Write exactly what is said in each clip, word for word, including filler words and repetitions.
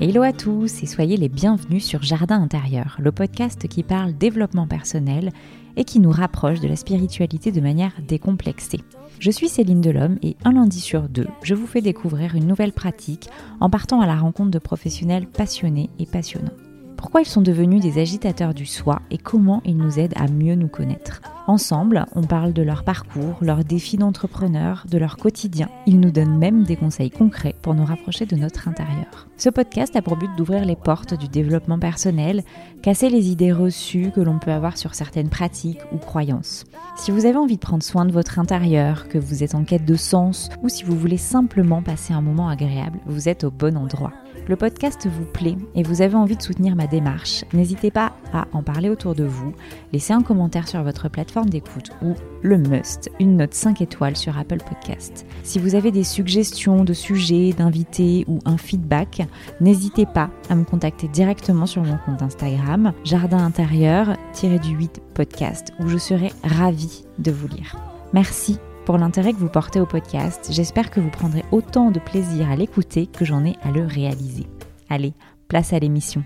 Hello à tous et soyez les bienvenus sur Jardin intérieur, le podcast qui parle développement personnel et qui nous rapproche de la spiritualité de manière décomplexée. Je suis Céline Delhomme et un lundi sur deux, je vous fais découvrir une nouvelle pratique en partant à la rencontre de professionnels passionnés et passionnants. Pourquoi ils sont devenus des agitateurs du soi et comment ils nous aident à mieux nous connaître. Ensemble, on parle de leur parcours, leurs défis d'entrepreneur, de leur quotidien. Ils nous donnent même des conseils concrets pour nous rapprocher de notre intérieur. Ce podcast a pour but d'ouvrir les portes du développement personnel, casser les idées reçues que l'on peut avoir sur certaines pratiques ou croyances. Si vous avez envie de prendre soin de votre intérieur, que vous êtes en quête de sens ou si vous voulez simplement passer un moment agréable, vous êtes au bon endroit. Le podcast vous plaît et vous avez envie de soutenir ma démarche, n'hésitez pas à en parler autour de vous, laisser un commentaire sur votre plateforme d'écoute ou, le must, une note cinq étoiles sur Apple Podcast. Si vous avez des suggestions de sujets, d'invités ou un feedback, n'hésitez pas à me contacter directement sur mon compte Instagram, jardin intérieur huit podcast, où je serai ravie de vous lire. Merci pour l'intérêt que vous portez au podcast. J'espère que vous prendrez autant de plaisir à l'écouter que j'en ai à le réaliser. Allez, place à l'émission.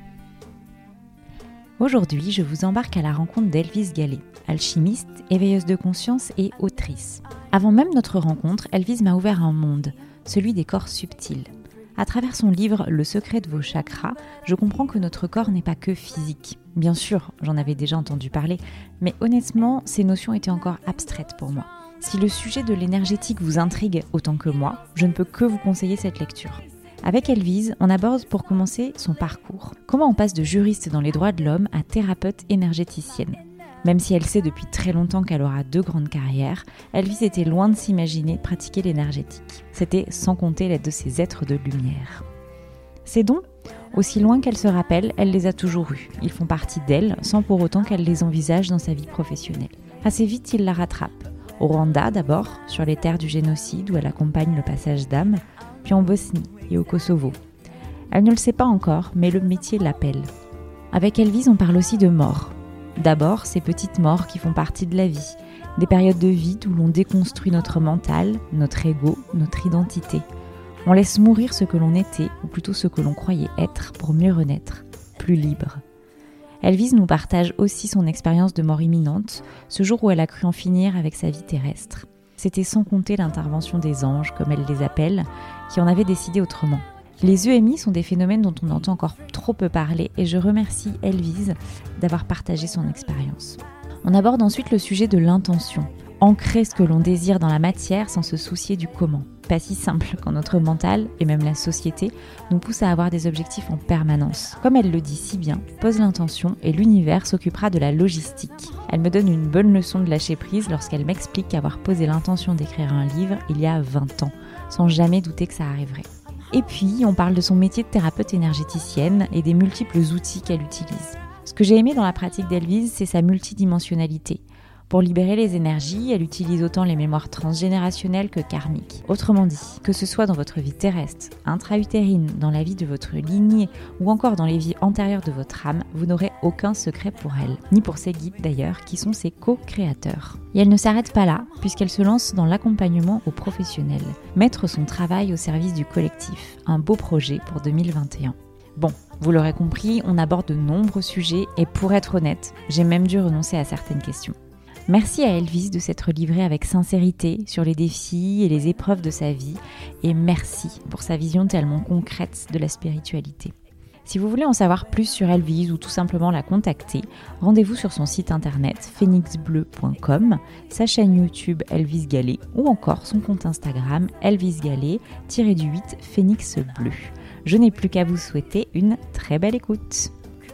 Aujourd'hui, je vous embarque à la rencontre d'Elvise Gallet, alchimiste, éveilleuse de conscience et autrice. Avant même notre rencontre, Elvise m'a ouvert un monde, celui des corps subtils. À travers son livre « Le secret de vos chakras », je comprends que notre corps n'est pas que physique. Bien sûr, j'en avais déjà entendu parler, mais honnêtement, ces notions étaient encore abstraites pour moi. Si le sujet de l'énergétique vous intrigue autant que moi, je ne peux que vous conseiller cette lecture. Avec Elvise, on aborde pour commencer son parcours. Comment on passe de juriste dans les droits de l'homme à thérapeute énergéticienne. Même si elle sait depuis très longtemps qu'elle aura deux grandes carrières, Elvise était loin de s'imaginer pratiquer l'énergétique. C'était sans compter l'aide de ces êtres de lumière. Ces dons, aussi loin qu'elle se rappelle, elle les a toujours eus. Ils font partie d'elle, sans pour autant qu'elle les envisage dans sa vie professionnelle. Assez vite, il la rattrape. Au Rwanda d'abord, sur les terres du génocide où elle accompagne le passage d'âmes, puis en Bosnie et au Kosovo. Elle ne le sait pas encore, mais le métier l'appelle. Avec Elvise, on parle aussi de mort. D'abord, ces petites morts qui font partie de la vie, des périodes de vide où l'on déconstruit notre mental, notre ego, notre identité. On laisse mourir ce que l'on était, ou plutôt ce que l'on croyait être, pour mieux renaître, plus libre. Elvise nous partage aussi son expérience de mort imminente, ce jour où elle a cru en finir avec sa vie terrestre. C'était sans compter l'intervention des anges, comme elle les appelle, qui en avaient décidé autrement. Les E M I sont des phénomènes dont on entend encore trop peu parler et je remercie Elvise d'avoir partagé son expérience. On aborde ensuite le sujet de l'intention. Ancrer ce que l'on désire dans la matière sans se soucier du comment. Pas si simple quand notre mental, et même la société, nous pousse à avoir des objectifs en permanence. Comme elle le dit si bien, pose l'intention et l'univers s'occupera de la logistique. Elle me donne une bonne leçon de lâcher prise lorsqu'elle m'explique qu'avoir posé l'intention d'écrire un livre il y a vingt ans, sans jamais douter que ça arriverait. Et puis, on parle de son métier de thérapeute énergéticienne et des multiples outils qu'elle utilise. Ce que j'ai aimé dans la pratique d'Elvise, c'est sa multidimensionnalité. Pour libérer les énergies, elle utilise autant les mémoires transgénérationnelles que karmiques. Autrement dit, que ce soit dans votre vie terrestre, intra-utérine, dans la vie de votre lignée ou encore dans les vies antérieures de votre âme, vous n'aurez aucun secret pour elle, ni pour ses guides d'ailleurs, qui sont ses co-créateurs. Et elle ne s'arrête pas là, puisqu'elle se lance dans l'accompagnement aux professionnels. Mettre son travail au service du collectif, un beau projet pour deux mille vingt et un. Bon, vous l'aurez compris, on aborde de nombreux sujets et pour être honnête, j'ai même dû renoncer à certaines questions. Merci à Elvise de s'être livrée avec sincérité sur les défis et les épreuves de sa vie et merci pour sa vision tellement concrète de la spiritualité. Si vous voulez en savoir plus sur Elvise ou tout simplement la contacter, rendez-vous sur son site internet phoenix bleu point com, sa chaîne YouTube Elvise Gallet ou encore son compte Instagram Elvise Gallet huit Phoenix Bleu. Je n'ai plus qu'à vous souhaiter une très belle écoute.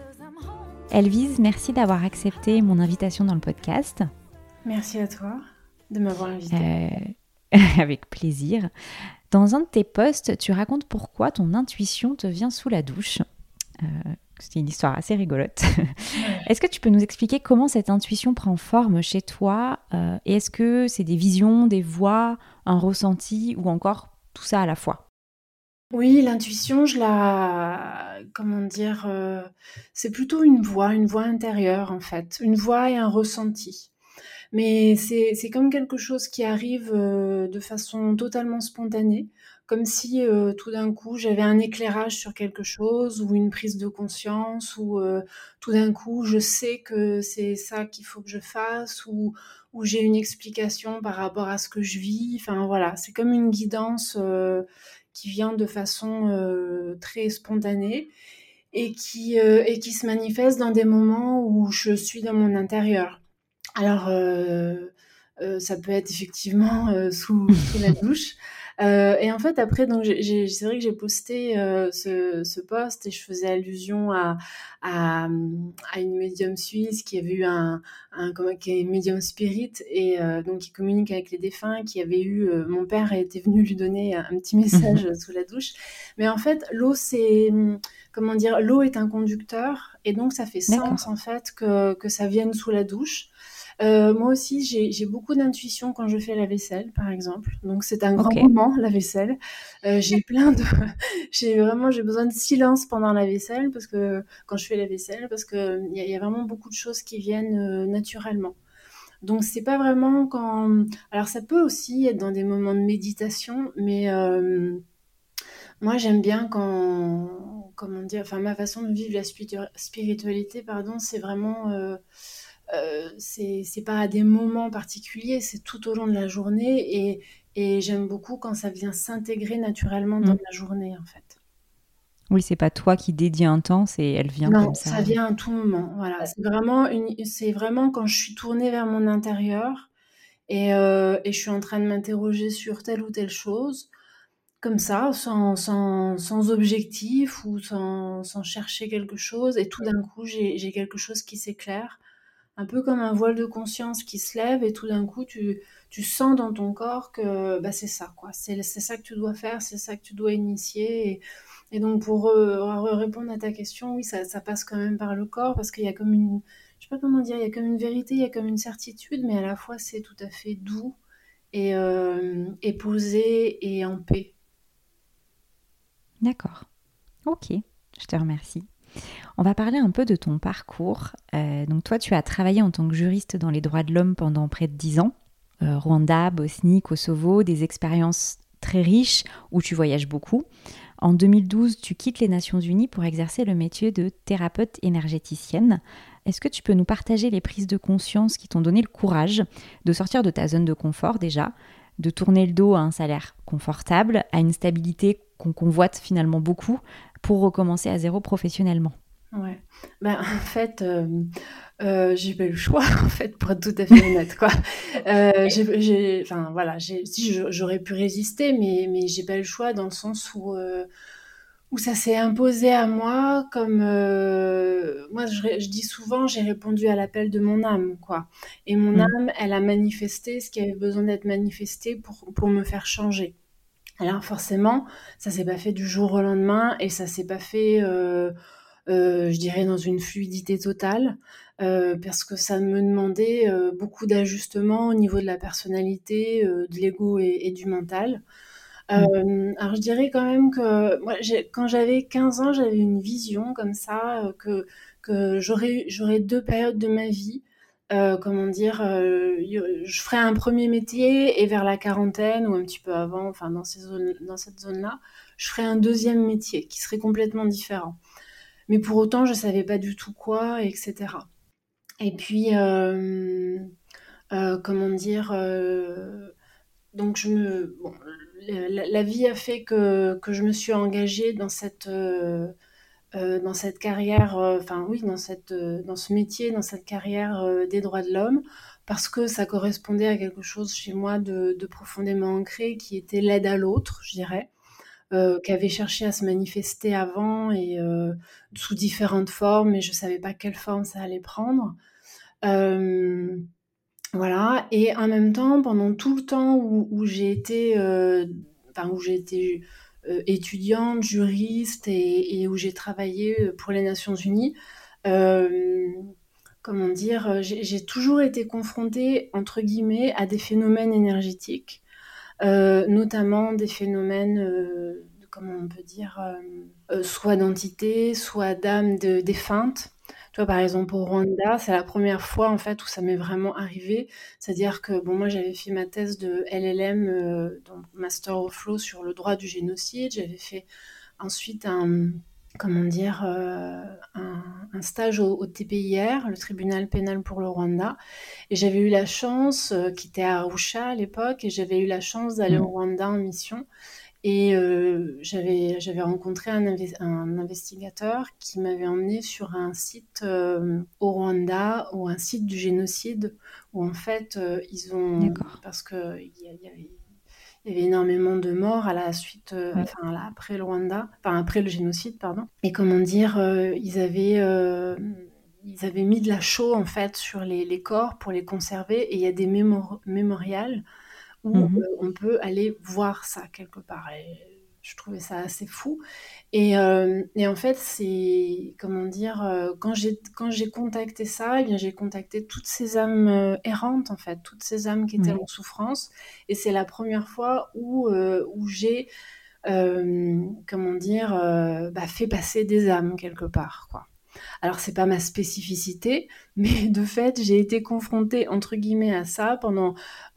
Elvise, merci d'avoir accepté mon invitation dans le podcast. Merci à toi de m'avoir invitée. Euh, avec plaisir. Dans un de tes posts, tu racontes pourquoi ton intuition te vient sous la douche. Euh, c'est une histoire assez rigolote. Ouais. Est-ce que tu peux nous expliquer comment cette intuition prend forme chez toi euh, et est-ce que c'est des visions, des voix, un ressenti ou encore tout ça à la fois ? Oui, l'intuition, je la... Comment dire euh, c'est plutôt une voix, une voix intérieure en fait. Une voix et un ressenti. Mais c'est, c'est comme quelque chose qui arrive euh, de façon totalement spontanée. comme si, heu, tout d'un coup, j'avais un éclairage sur quelque chose ou une prise de conscience ou, heu, tout d'un coup, je sais que c'est ça qu'il faut que je fasse ou ou j'ai une explication par rapport à ce que je vis. Enfin, voilà, c'est comme une guidance, heu, qui vient de façon, heu, très spontanée et qui, heu et qui se manifeste dans des moments où je suis dans mon intérieur. Alors, heu heu, ça peut être effectivement, heu, sous sous la douche, heu et en fait après donc j'ai j'ai c'est vrai que j'ai posté, heu, ce ce post et je faisais allusion à à, mmh, à une médium suisse qui avait eu un un comment qui est médium spirit et heu, donc qui communique avec les défunts, qui avait eu, heu mon père était venu lui donner un un petit Mmh. message, sous la douche. Mais en fait, l'eau c'est, mmh, comment dire? L'eau est un conducteur et donc ça fait sens D'accord. en fait que que ça vienne sous la douche. Heu, moi aussi, j'ai j'ai beaucoup d'intuition quand je fais la vaisselle, par exemple, donc c'est un grand OK. moment, la vaisselle. Heu, j'ai plein de j'ai vraiment j'ai besoin de silence pendant la vaisselle parce que quand je fais la vaisselle, parce qu'il y a il y a vraiment beaucoup de choses qui viennent, heu, naturellement. Donc c'est pas vraiment quand mmh, alors ça peut aussi être dans des moments de méditation, mais hem, moi j'aime bien quand comment dire? Enfin ma façon de vivre la spitu spiritualité, pardon, c'est vraiment, heu Heu, c'est c'est pas à des moments particuliers, c'est tout au long de la journée et et j'aime beaucoup quand ça vient s'intégrer naturellement dans Mmh. ma journée, en fait. Oui, c'est pas toi qui dédies un temps, c'est elle vient Non, comme ça ça. vient à tout moment, voilà. Ouais. C'est vraiment une c'est vraiment quand je suis tournée vers mon intérieur et heu et je suis en train de m'interroger sur telle ou telle chose, comme ça, sans sans sans objectif ou sans sans chercher quelque chose et tout d'un coup, j'ai j'ai quelque chose qui s'éclaire. Un peu comme un voile de conscience qui se lève et tout d'un coup tu tu sens dans ton corps que, bah, c'est ça quoi, c'est c'est ça que tu dois faire, c'est ça que tu dois initier et et donc pour, heu, re répondre à ta question, oui, ça ça passe quand même par le corps parce qu'il y a comme une je sais pas comment dire, il y a comme une vérité, il y a comme une certitude, mais à la fois c'est tout à fait doux et hem et posé et en paix. D'accord. OK, je te remercie. On va parler un peu de ton parcours. Heu, donc toi, tu as travaillé en tant que juriste dans les droits de l'homme pendant près de dix ans. Heu, Rwanda, Bosnie, Kosovo, des expériences très riches où tu voyages beaucoup. En deux mille douze, tu quittes les Nations Unies pour exercer le métier de thérapeute énergéticienne. Est-ce que tu peux nous partager les prises de conscience qui t'ont donné le courage de sortir de ta zone de confort déjà, de tourner le dos à un salaire confortable, à une stabilité qu'on convoite finalement beaucoup, pour recommencer à zéro professionnellement? Ouais. Ben, en fait, hem, heu, j'ai pas eu le choix, en fait, pour être tout à fait honnête, quoi. Heu, j'ai j'ai enfin, voilà, j'ai si je j'aurais pu résister, mais mais j'ai pas eu le choix dans le sens où, heu, où ça s'est imposé à moi comme, heu, moi je ré je dis souvent: «J'ai répondu à l'appel de mon âme», quoi et mon Mmh. âme, elle a manifesté ce qui avait besoin d'être manifesté pour pour me faire changer. Alors forcément, ça s'est pas fait du jour au lendemain et ça s'est pas fait, heu heu, je dirais dans une fluidité totale, heu, parce que ça me demandait, heu, beaucoup d'ajustements au niveau de la personnalité, heu, de l'ego et et du mental. Mmh. Hem, alors je dirais quand même que moi j'ai quand j'avais quinze ans, j'avais une vision comme ça, heu, que que j'aurais eu j'aurais deux périodes de ma vie, heu, comment dire? Heu, il y au je ferais un premier métier et vers la quarantaine ou un petit peu avant, enfin dans ces zones dans cette zone-là, je ferais un deuxième métier qui serait complètement différent. Mais pour autant, je savais pas du tout quoi et cetera. Et puis, hem, heu, comment dire? Heu, donc je me bon, le la la vie a fait que que je me suis engagée dans cette, heu heu, dans cette carrière, heu, enfin oui, dans cette, heu, dans ce métier, dans cette carrière, heu, des droits de l'homme, parce que ça correspondait à quelque chose chez moi de de profondément ancré qui était l'aide à l'autre, je dirais. Heu, qui avait cherché à se manifester avant et heu, sous différentes formes et je savais pas quelle forme ça allait prendre. Hem, voilà et en même temps, pendant tout le temps où où j'ai été, heu, enfin où j'ai été, heu, étudiante, juriste et et où j'ai travaillé, heu, pour les Nations Unies, hem, comment dire? Heu, j'ai j'ai toujours été confrontée, entre guillemets, à des phénomènes énergétiques. Heu, notamment des phénomènes, heu, comment on peut dire? Hem, heu, soit d'entités, soit d'âmes de défuntes. Tu vois, par exemple, au Rwanda, c'est la première fois, en fait, où ça m'est vraiment arrivé. C'est-à-dire que, bon, moi, j'avais fait ma thèse de L L M, euh, donc Master of Law, sur le droit du génocide. J'avais fait ensuite un, comment dire, euh, un, un stage au, au T P I R, le tribunal pénal pour le Rwanda. Et j'avais eu la chance, euh, qui était à Arusha à l'époque, et j'avais eu la chance d'aller au Mm. Rwanda en mission. Et euh, j'avais, j'avais rencontré un, inve- un investigateur qui m'avait emmené sur un site euh, au Rwanda, ou un site du génocide, où en fait, euh, ils ont... D'accord. Parce qu'il y, a- y avait, il y avait énormément de morts à la suite, euh, Oui. enfin, là, après le Rwanda, enfin, après le génocide, pardon. Et comment dire, euh, ils avaient... euh, ils avaient mis de la chaux en fait sur les, les corps pour les conserver, et il y a des mémor- mémorials où euh, Mhm. on peut aller voir ça quelque part. Et je trouvais ça assez fou. Et, euh, et en fait, c'est, comment dire, euh, quand j'ai quand j'ai contacté ça, eh bien, j'ai contacté toutes ces âmes euh, errantes, en fait, toutes ces âmes qui étaient Oui. en souffrance. Et c'est la première fois où, euh, où j'ai, euh, comment dire, euh, bah, fait passer des âmes quelque part, quoi. Alors, c'est pas ma spécificité, mais de fait, j'ai été confrontée, entre guillemets, à ça pendant,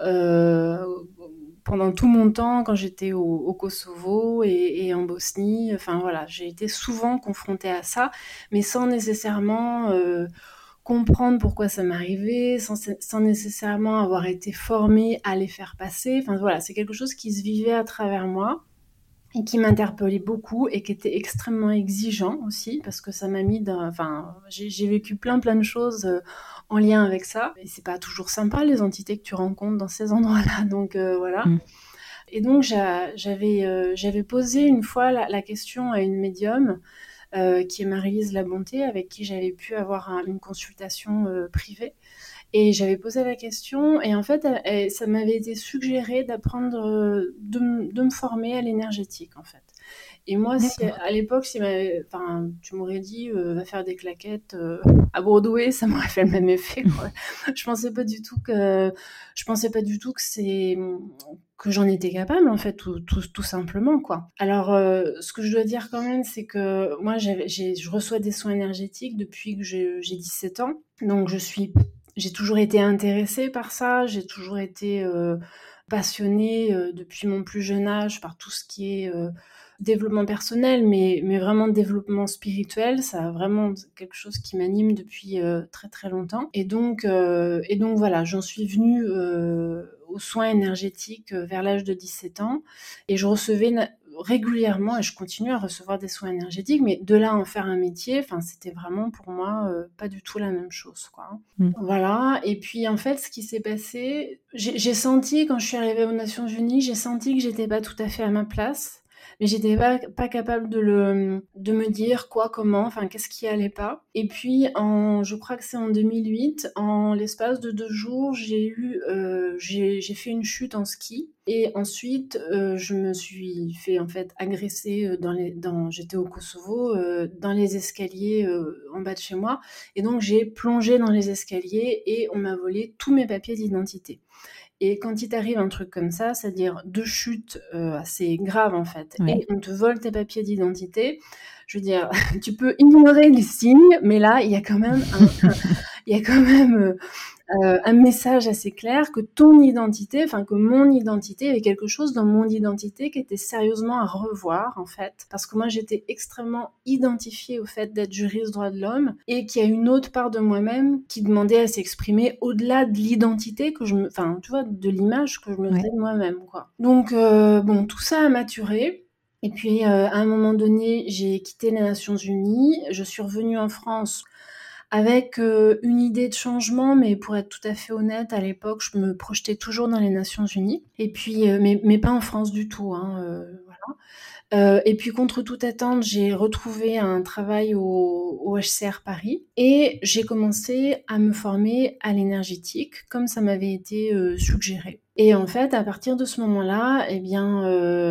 euh, pendant tout mon temps quand j'étais au, au Kosovo et, et en Bosnie. Enfin, voilà, j'ai été souvent confrontée à ça, mais sans nécessairement euh, comprendre pourquoi ça m'arrivait, sans, sans nécessairement avoir été formée à les faire passer. Enfin, voilà, c'est quelque chose qui se vivait à travers moi et qui m'interpellait beaucoup et qui était extrêmement exigeant aussi, parce que ça m'a mis dans... Enfin, j'ai, j'ai vécu plein plein de choses euh, en lien avec ça. Et c'est pas toujours sympa, les entités que tu rencontres dans ces endroits-là, donc euh, voilà. Mm. Et donc j'a- j'avais, euh, j'avais posé une fois la, la question à une médium, euh, qui est Marie-Lise Labonté, avec qui j'avais pu avoir un- une consultation euh, privée. Et j'avais posé la question, et en fait, elle- elle- ça m'avait été suggéré d'apprendre, euh, de, m- de me former à l'énergétique, en fait. Et moi, si, D'accord. à l'époque, si m'avait- enfin, tu m'aurais dit, euh, va faire des claquettes euh, à Broadway, ça m'aurait fait le même effet, quoi. Je pensais pas du tout que, je pensais pas du tout que c'est, que j'en étais capable, en fait, tout, tout, tout simplement, quoi. Alors, euh, ce que je dois dire quand même, c'est que moi, j'avais, j'ai, je reçois des soins énergétiques depuis que j'ai, j'ai dix-sept ans. Donc, je suis, j'ai toujours été intéressée par ça, j'ai toujours été euh, passionnée euh, depuis mon plus jeune âge par tout ce qui est euh, développement personnel, mais, mais vraiment développement spirituel. Ça a vraiment quelque chose qui m'anime depuis euh, très très longtemps. Et donc, euh, et donc voilà, j'en suis venue euh, aux soins énergétiques euh, vers l'âge de dix-sept ans, et je recevais na- régulièrement, et je continue à recevoir des soins énergétiques, mais de là à en faire un métier, enfin, c'était vraiment pour moi euh, pas du tout la même chose, quoi. Mm. Voilà, et puis en fait, ce qui s'est passé, j'ai j'ai senti, quand je suis arrivée aux Nations Unies, j'ai senti que j'étais pas tout à fait à ma place, mais j'étais pas, pas capable de, le, de me dire quoi, comment, enfin, qu'est-ce qui allait pas. Et puis, en, je crois que c'est en deux mille huit, en l'espace de deux jours, j'ai eu, euh, j'ai j'ai fait une chute en ski. Et ensuite, euh, je me suis fait en fait agresser euh, dans les, dans, j'étais au Kosovo, euh, dans les escaliers euh, en bas de chez moi. Et donc, j'ai plongé dans les escaliers et on m'a volé tous mes papiers d'identité. Et quand il t'arrive un truc comme ça, c'est-à-dire deux chutes euh, assez graves en fait, Oui. et on te vole tes papiers d'identité, je veux dire, tu peux ignorer les signes, mais là, il y a quand même un, il y a quand même euh, euh, un message assez clair que ton identité, enfin que mon identité, avait quelque chose dans mon identité qui était sérieusement à revoir en fait, parce que moi j'étais extrêmement identifiée au fait d'être juriste droit de l'homme, et qu'il y a une autre part de moi-même qui demandait à s'exprimer au-delà de l'identité que je me, enfin tu vois, de l'image que je me Ouais. faisais de moi-même, quoi. Donc euh, bon, tout ça a maturé. Et puis, euh, à un moment donné, j'ai quitté les Nations Unies, je suis revenue en France avec euh, une idée de changement, mais pour être tout à fait honnête, à l'époque, je me projetais toujours dans les Nations Unies, et puis, euh, mais, mais pas en France du tout, hein, euh, voilà. Euh, et puis, contre toute attente, j'ai retrouvé un travail au, au H C R Paris, et j'ai commencé à me former à l'énergétique, comme ça m'avait été euh, suggéré. Et en fait, à partir de ce moment-là, eh bien,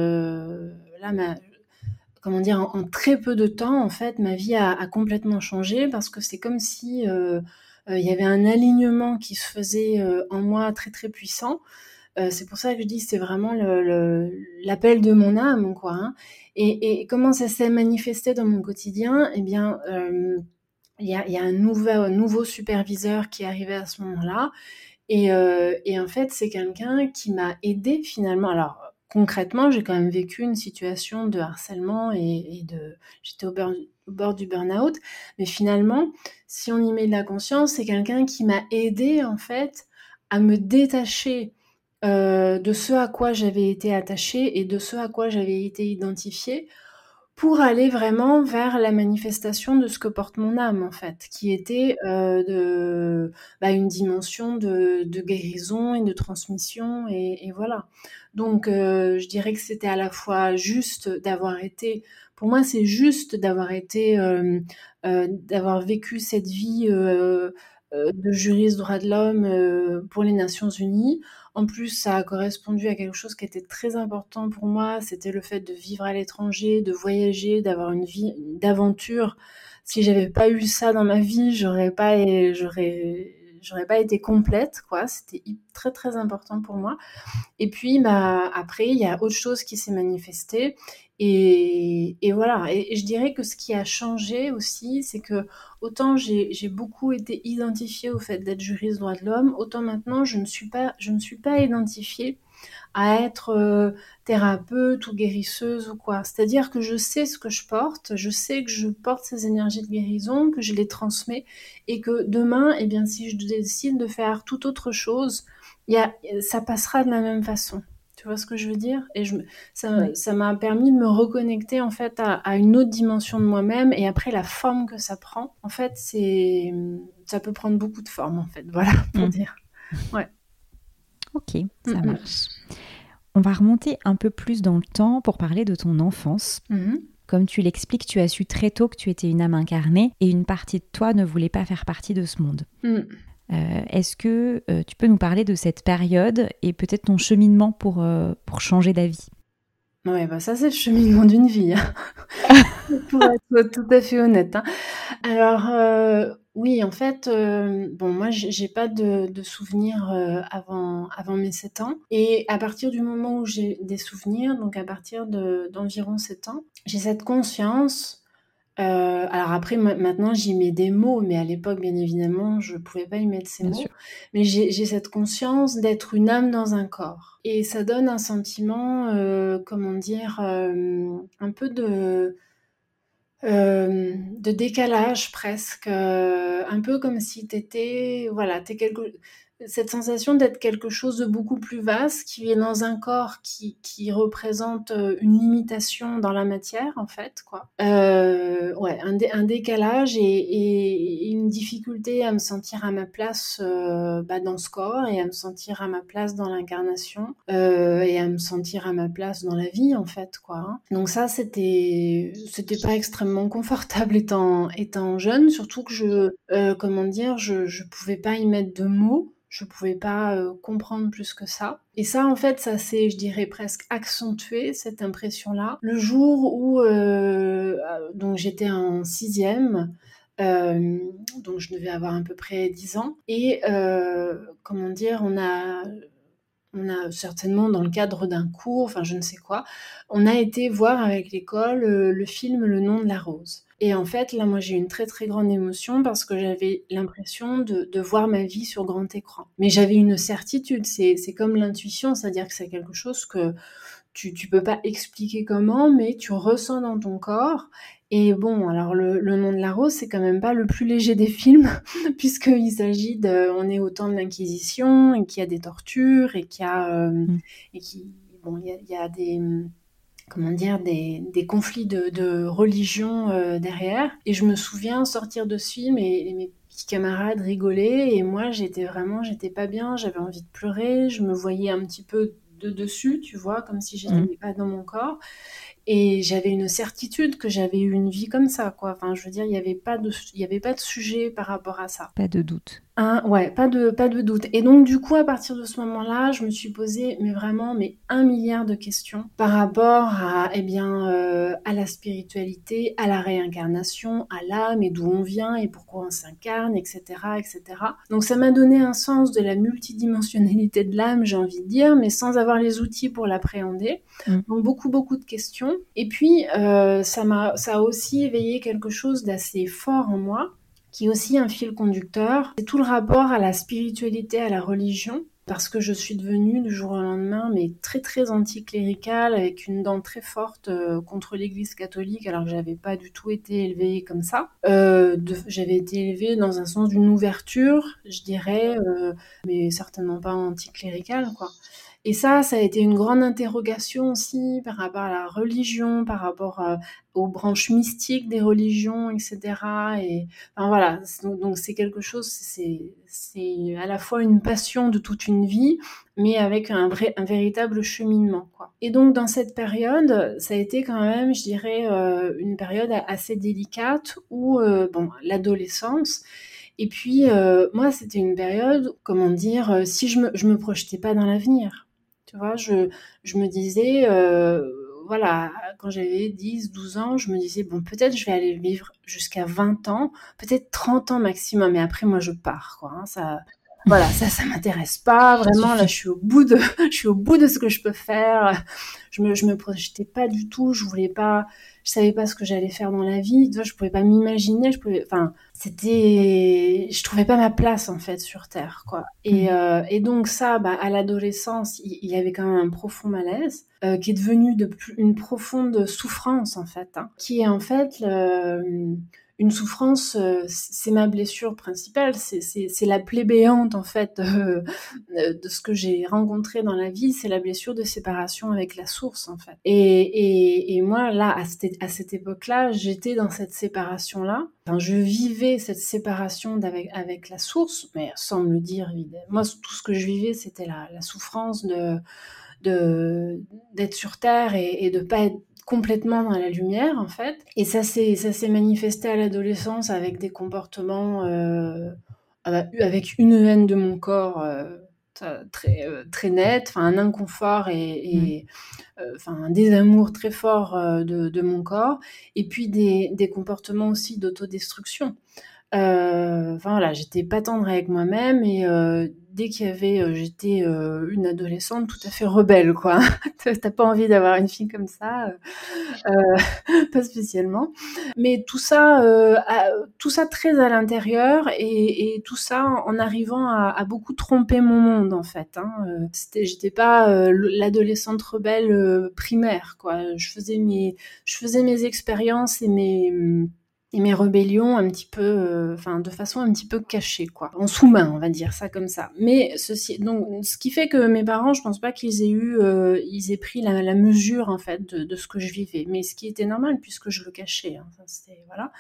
euh, là, ma, comment dire, en, en très peu de temps, en fait, ma vie a, a complètement changé, parce que c'est comme si euh, euh, il y avait un alignement qui se faisait euh, en moi très très puissant. Euh, c'est pour ça que je dis c'est vraiment le, le, l'appel de mon âme, quoi. Hein. Et, et comment ça s'est manifesté dans mon quotidien? Eh bien, euh, il y a, il y a un, nouveau, un nouveau superviseur qui est arrivé à ce moment-là. Et, euh, et en fait, c'est quelqu'un qui m'a aidée finalement. Alors, concrètement, j'ai quand même vécu une situation de harcèlement et, et de... J'étais au, burn, au bord du burn-out. Mais finalement, si on y met de la conscience, c'est quelqu'un qui m'a aidée en fait à me détacher euh, de ce à quoi j'avais été attachée et de ce à quoi j'avais été identifiée, pour aller vraiment vers la manifestation de ce que porte mon âme, en fait, qui était euh, de, bah, une dimension de, de guérison et de transmission, et, et voilà. Donc, euh, je dirais que c'était à la fois juste d'avoir été, pour moi, c'est juste d'avoir été, euh, euh, d'avoir vécu cette vie euh, euh, de juriste droit de l'homme euh, pour les Nations Unies. En plus, ça a correspondu à quelque chose qui était très important pour moi, c'était le fait de vivre à l'étranger, de voyager, d'avoir une vie d'aventure. Si j'avais pas eu ça dans ma vie, j'aurais pas, j'aurais, j'aurais pas été complète, quoi. C'était très très important pour moi. Et puis, bah, après, il y a autre chose qui s'est manifestée. Et, et voilà. Et, et je dirais que ce qui a changé aussi, c'est que autant j'ai, j'ai beaucoup été identifiée au fait d'être juriste droit de l'homme, autant maintenant je ne suis pas, je ne suis pas identifiée à être euh, thérapeute ou guérisseuse ou quoi. C'est-à-dire que je sais ce que je porte, je sais que je porte ces énergies de guérison, que je les transmets, et que demain, eh bien, si je décide de faire toute autre chose, y a, ça passera de la même façon. Tu vois ce que je veux dire? Et je, ça, Ouais. ça m'a permis de me reconnecter en fait à, à une autre dimension de moi-même, et après la forme que ça prend, en fait, c'est, ça peut prendre beaucoup de formes en fait. Voilà pour Mmh. dire. Ouais. Ok, ça Mm-mm. marche. On va remonter un peu plus dans le temps pour parler de ton enfance. Mm-hmm. Comme tu l'expliques, tu as su très tôt que tu étais une âme incarnée et une partie de toi ne voulait pas faire partie de ce monde. Mm. Euh, est-ce que euh, tu peux nous parler de cette période et peut-être ton cheminement pour, euh, pour changer d'avis? Ouais, bah ça, c'est le cheminement d'une vie, hein. Pour être tout à fait honnête, hein. Alors, euh, oui, en fait, euh, bon, moi, j'ai j'ai pas de, de souvenirs euh, avant, avant mes sept ans. Et à partir du moment où j'ai des souvenirs, donc à partir de, d'environ sept ans, j'ai cette conscience. Euh, alors après, ma- maintenant, j'y mets des mots, mais à l'époque, bien évidemment, je pouvais pas y mettre ces Bien mots. sûr. Mais j'ai j'ai cette conscience d'être une âme dans un corps. Et ça donne un sentiment, euh, comment dire, euh, un peu de, euh, de décalage presque, euh, un peu comme si t'étais, voilà, t'es quelque, cette sensation d'être quelque chose de beaucoup plus vaste qui est dans un corps qui, qui représente euh, une limitation dans la matière en fait, quoi. Euh, ouais, un, dé- un décalage et, et- et une difficulté à me sentir à ma place euh, bah, dans ce corps, et à me sentir à ma place dans l'incarnation, euh, et à me sentir à ma place dans la vie en fait, quoi, hein. Donc ça, c'était c'était pas extrêmement confortable étant étant jeune, surtout que je euh, comment dire, je je pouvais pas y mettre de mots. Je pouvais pas euh, comprendre plus que ça. Et ça, en fait, ça s'est, je dirais, presque accentué, cette impression-là, le jour où euh, euh, donc j'étais en sixième, euh, donc je devais avoir à peu près dix ans, et euh, comment dire, on a on a certainement dans le cadre d'un cours, enfin je ne sais quoi, on a été voir avec l'école euh, le film Le nom de la rose. Et en fait, là, moi, j'ai eu une très très grande émotion parce que j'avais l'impression de, de voir ma vie sur grand écran. Mais j'avais une certitude, c'est, c'est comme l'intuition, c'est-à-dire que c'est quelque chose que tu, tu peux pas expliquer comment, mais tu ressens dans ton corps. Et bon, alors le, le nom de la rose, c'est quand même pas le plus léger des films, puisqu'il s'agit de, on est au temps de l'Inquisition, et qu'il y a des tortures, et qu'il y a, euh, Mm. et qui, bon, il y a, il y a des, comment dire, des, des conflits de, de religion euh, derrière. Et je me souviens sortir de ce film et, et mes petits camarades rigolaient, et moi j'étais vraiment, j'étais pas bien, j'avais envie de pleurer, je me voyais un petit peu de dessus, tu vois, comme si j'étais Mm. pas dans mon corps. Et j'avais une certitude que j'avais eu une vie comme ça, quoi. Enfin, je veux dire, il n'y avait pas de, il y avait pas de sujet par rapport à ça. Pas de doute. Hein, ouais, pas de, pas de doute. Et donc, du coup, à partir de ce moment-là, je me suis posé, mais vraiment, mais un milliard de questions par rapport à, eh bien, euh, à la spiritualité, à la réincarnation, à l'âme, et d'où on vient, et pourquoi on s'incarne, et cetera, et cetera. Donc, ça m'a donné un sens de la multidimensionnalité de l'âme, j'ai envie de dire, mais sans avoir les outils pour l'appréhender. Mm. Donc, beaucoup, beaucoup de questions. Et puis, euh, ça m'a, ça a aussi éveillé quelque chose d'assez fort en moi, qui est aussi un fil conducteur. C'est tout le rapport à la spiritualité, à la religion, parce que je suis devenue du jour au lendemain, mais très très anticléricale, avec une dent très forte euh, contre l'Église catholique, alors que j'avais pas du tout été élevée comme ça. Euh, de, j'avais été élevée dans un sens d'une ouverture, je dirais, euh, mais certainement pas anticléricale, quoi. Et ça, ça a été une grande interrogation aussi par rapport à la religion, par rapport à, aux branches mystiques des religions, et cetera. Et enfin, voilà, donc, donc c'est quelque chose, c'est, c'est à la fois une passion de toute une vie, mais avec un vrai, un véritable cheminement, quoi. Et donc dans cette période, ça a été quand même, je dirais, euh, une période assez délicate où, euh, bon, l'adolescence. Et puis euh, moi, c'était une période, comment dire, euh, si je me, je me projetais pas dans l'avenir. Tu vois, je, je me disais, euh, voilà, quand j'avais dix, douze ans, je me disais, bon, peut-être je vais aller vivre jusqu'à vingt ans, peut-être trente ans maximum, et après, moi, je pars, quoi. Hein, ça, voilà, ça, ça m'intéresse pas, Ça vraiment, là, je suffit. suis au bout de, je suis au bout de ce que je peux faire. Je me, je me projetais pas du tout, je voulais pas, je savais pas ce que j'allais faire dans la vie, tu vois, je pouvais pas m'imaginer, je pouvais, enfin, c'était, je trouvais pas ma place en fait sur Terre, quoi. Et, Mhm. euh, et donc ça, bah, à l'adolescence, il, il y avait quand même un profond malaise euh, qui est devenu de plus, une profonde souffrance en fait, hein, qui est en fait le, une souffrance, euh, c'est ma blessure principale, c'est, c'est, c'est la plaie béante en fait euh, de ce que j'ai rencontré dans la vie, c'est la blessure de séparation avec la source en fait. Et, et, et moi là, à cette, à cette époque-là, j'étais dans cette séparation-là. Enfin, je vivais cette séparation d'avec, avec la source, mais sans me le dire évidemment. Moi, tout ce que je vivais, c'était la, la souffrance de, de, d'être sur Terre et, et de pas être complètement dans la lumière en fait. Et ça s'est, ça s'est manifesté à l'adolescence avec des comportements, euh, avec une haine de mon corps euh, très, euh, très nette, enfin un inconfort et, Mhm. et euh, enfin un désamour très fort euh, de, de mon corps, et puis des, des comportements aussi d'autodestruction. Euh, enfin voilà, j'étais pas tendre avec moi-même et euh, dès qu'il y avait, euh, j'étais euh, une adolescente tout à fait rebelle, quoi. T'as pas envie d'avoir une fille comme ça, euh, euh, pas spécialement. Mais tout ça, euh, à, tout ça très à l'intérieur et, et tout ça en arrivant à, à beaucoup tromper mon monde en fait. Hein. Euh, C'était, j'étais pas euh, l'adolescente rebelle euh, primaire, quoi. Je faisais mes, je faisais mes expériences et mes et mes rébellions un petit peu, euh, enfin de façon un petit peu cachée, quoi, en sous-main, on va dire ça comme ça. Mais ceci, donc, ce qui fait que mes parents, je pense pas qu'ils aient eu, euh, ils aient pris la, la mesure en fait de, de ce que je vivais, mais ce qui était normal puisque je le cachais. Hein, ça, c'était, voilà.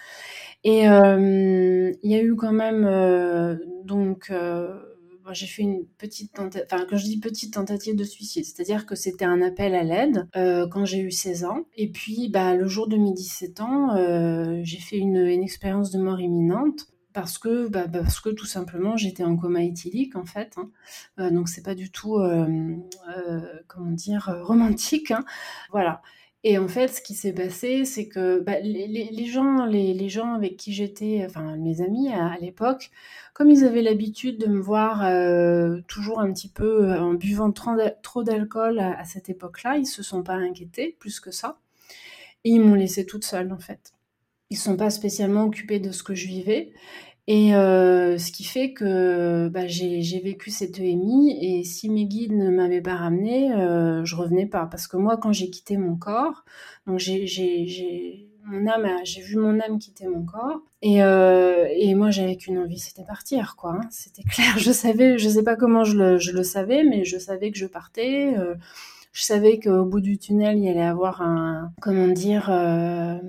Et euh, il y a eu quand même euh, donc. Euh, j'ai fait une petite tentative, enfin quand je dis petite tentative de suicide, c'est-à-dire que c'était un appel à l'aide euh, quand j'ai eu seize ans. Et puis bah, le jour de mes dix-sept ans, euh, j'ai fait une, une expérience de mort imminente. Parce que, bah, parce que tout simplement j'étais en coma éthylique en fait, hein. Euh, donc c'est pas du tout, euh, euh, comment dire, romantique, hein. Voilà. Et en fait, ce qui s'est passé, c'est que bah, les, les, les gens, les, les gens avec qui j'étais, enfin mes amis à, à l'époque, comme ils avaient l'habitude de me voir euh, toujours un petit peu euh, en buvant trop, trop d'alcool à, à cette époque-là, ils se sont pas inquiétés plus que ça. Et ils m'ont laissée toute seule en fait. Ils ne sont pas spécialement occupés de ce que je vivais. Et euh, ce qui fait que bah, j'ai, j'ai vécu cette E M I, et si mes guides ne m'avaient pas ramenée, euh, je revenais pas. Parce que moi, quand j'ai quitté mon corps, donc j'ai, j'ai, j'ai, mon âme a- j'ai vu mon âme quitter mon corps, et, euh, et moi j'avais qu'une envie, c'était partir, quoi. Hein. C'était clair, je savais, je sais pas comment je le, je le savais, mais je savais que je partais. Euh, je savais qu'au bout du tunnel, il y allait avoir un, comment dire, euh,